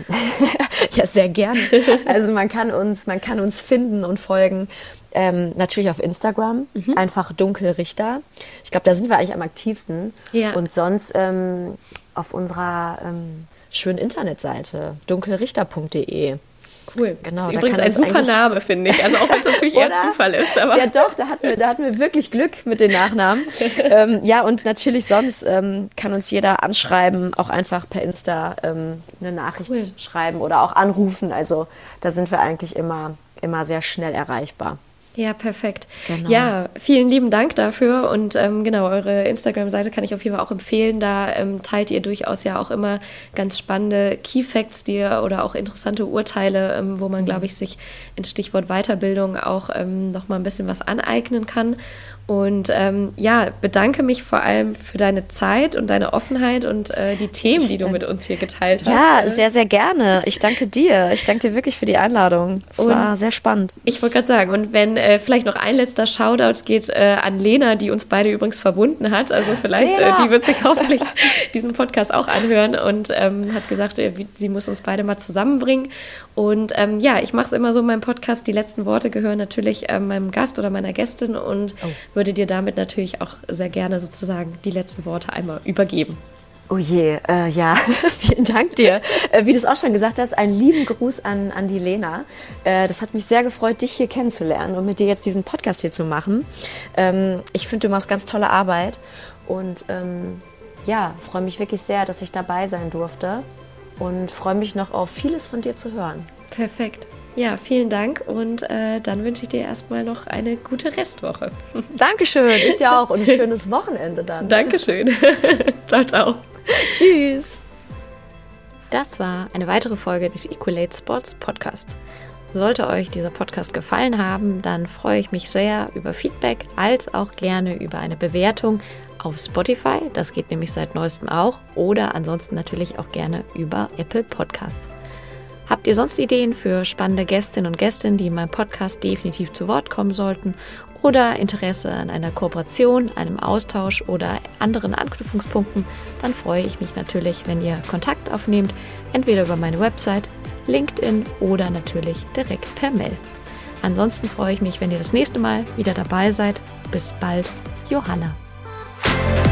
Ja, sehr gerne. Also man kann uns finden und folgen. Natürlich auf Instagram, einfach Dunkelrichter. Ich glaube, da sind wir eigentlich am aktivsten. Ja. Und sonst auf unserer schönen Internetseite dunkelrichter.de. Cool. Genau, das ist übrigens ein super Name, finde ich. Also auch wenn es natürlich eher Zufall ist. Aber ja doch, da hatten wir wirklich Glück mit den Nachnamen. Und natürlich sonst kann uns jeder anschreiben, auch einfach per Insta eine Nachricht schreiben oder auch anrufen. Also da sind wir eigentlich immer sehr schnell erreichbar. Ja, perfekt. Genau. Ja, vielen lieben Dank dafür und eure Instagram-Seite kann ich auf jeden Fall auch empfehlen. Da teilt ihr durchaus ja auch immer ganz spannende Key-Facts oder auch interessante Urteile, wo man, glaube ich, sich in Stichwort Weiterbildung auch noch mal ein bisschen was aneignen kann. Und bedanke mich vor allem für deine Zeit und deine Offenheit und die Themen, die du mit uns hier geteilt hast. Ja, sehr, sehr gerne. Ich danke dir. Ich danke dir wirklich für die Einladung. Es war sehr spannend. Ich wollte gerade sagen, und wenn vielleicht noch ein letzter Shoutout geht an Lena, die uns beide übrigens verbunden hat. Also vielleicht, die wird sich hoffentlich diesen Podcast auch anhören und hat gesagt, sie muss uns beide mal zusammenbringen. Und ich mache es immer so in meinem Podcast. Die letzten Worte gehören natürlich meinem Gast oder meiner Gästin und würde dir damit natürlich auch sehr gerne sozusagen die letzten Worte einmal übergeben. Oh je, vielen Dank dir. Wie du es auch schon gesagt hast, einen lieben Gruß an die Lena. Das hat mich sehr gefreut, dich hier kennenzulernen und mit dir jetzt diesen Podcast hier zu machen. Ich finde, du machst ganz tolle Arbeit und freue mich wirklich sehr, dass ich dabei sein durfte und freue mich noch auf vieles von dir zu hören. Perfekt. Ja, vielen Dank und dann wünsche ich dir erstmal noch eine gute Restwoche. Dankeschön, ich dir auch und ein schönes Wochenende dann. Dankeschön. Ciao, ciao. Tschüss. Das war eine weitere Folge des Equalate Sports Podcast. Sollte euch dieser Podcast gefallen haben, dann freue ich mich sehr über Feedback, als auch gerne über eine Bewertung auf Spotify. Das geht nämlich seit neuestem auch. Oder ansonsten natürlich auch gerne über Apple Podcasts. Habt ihr sonst Ideen für spannende Gästinnen und Gäste, die in meinem Podcast definitiv zu Wort kommen sollten? Oder Interesse an einer Kooperation, einem Austausch oder anderen Anknüpfungspunkten? Dann freue ich mich natürlich, wenn ihr Kontakt aufnehmt, entweder über meine Website, LinkedIn oder natürlich direkt per Mail. Ansonsten freue ich mich, wenn ihr das nächste Mal wieder dabei seid. Bis bald, Johanna.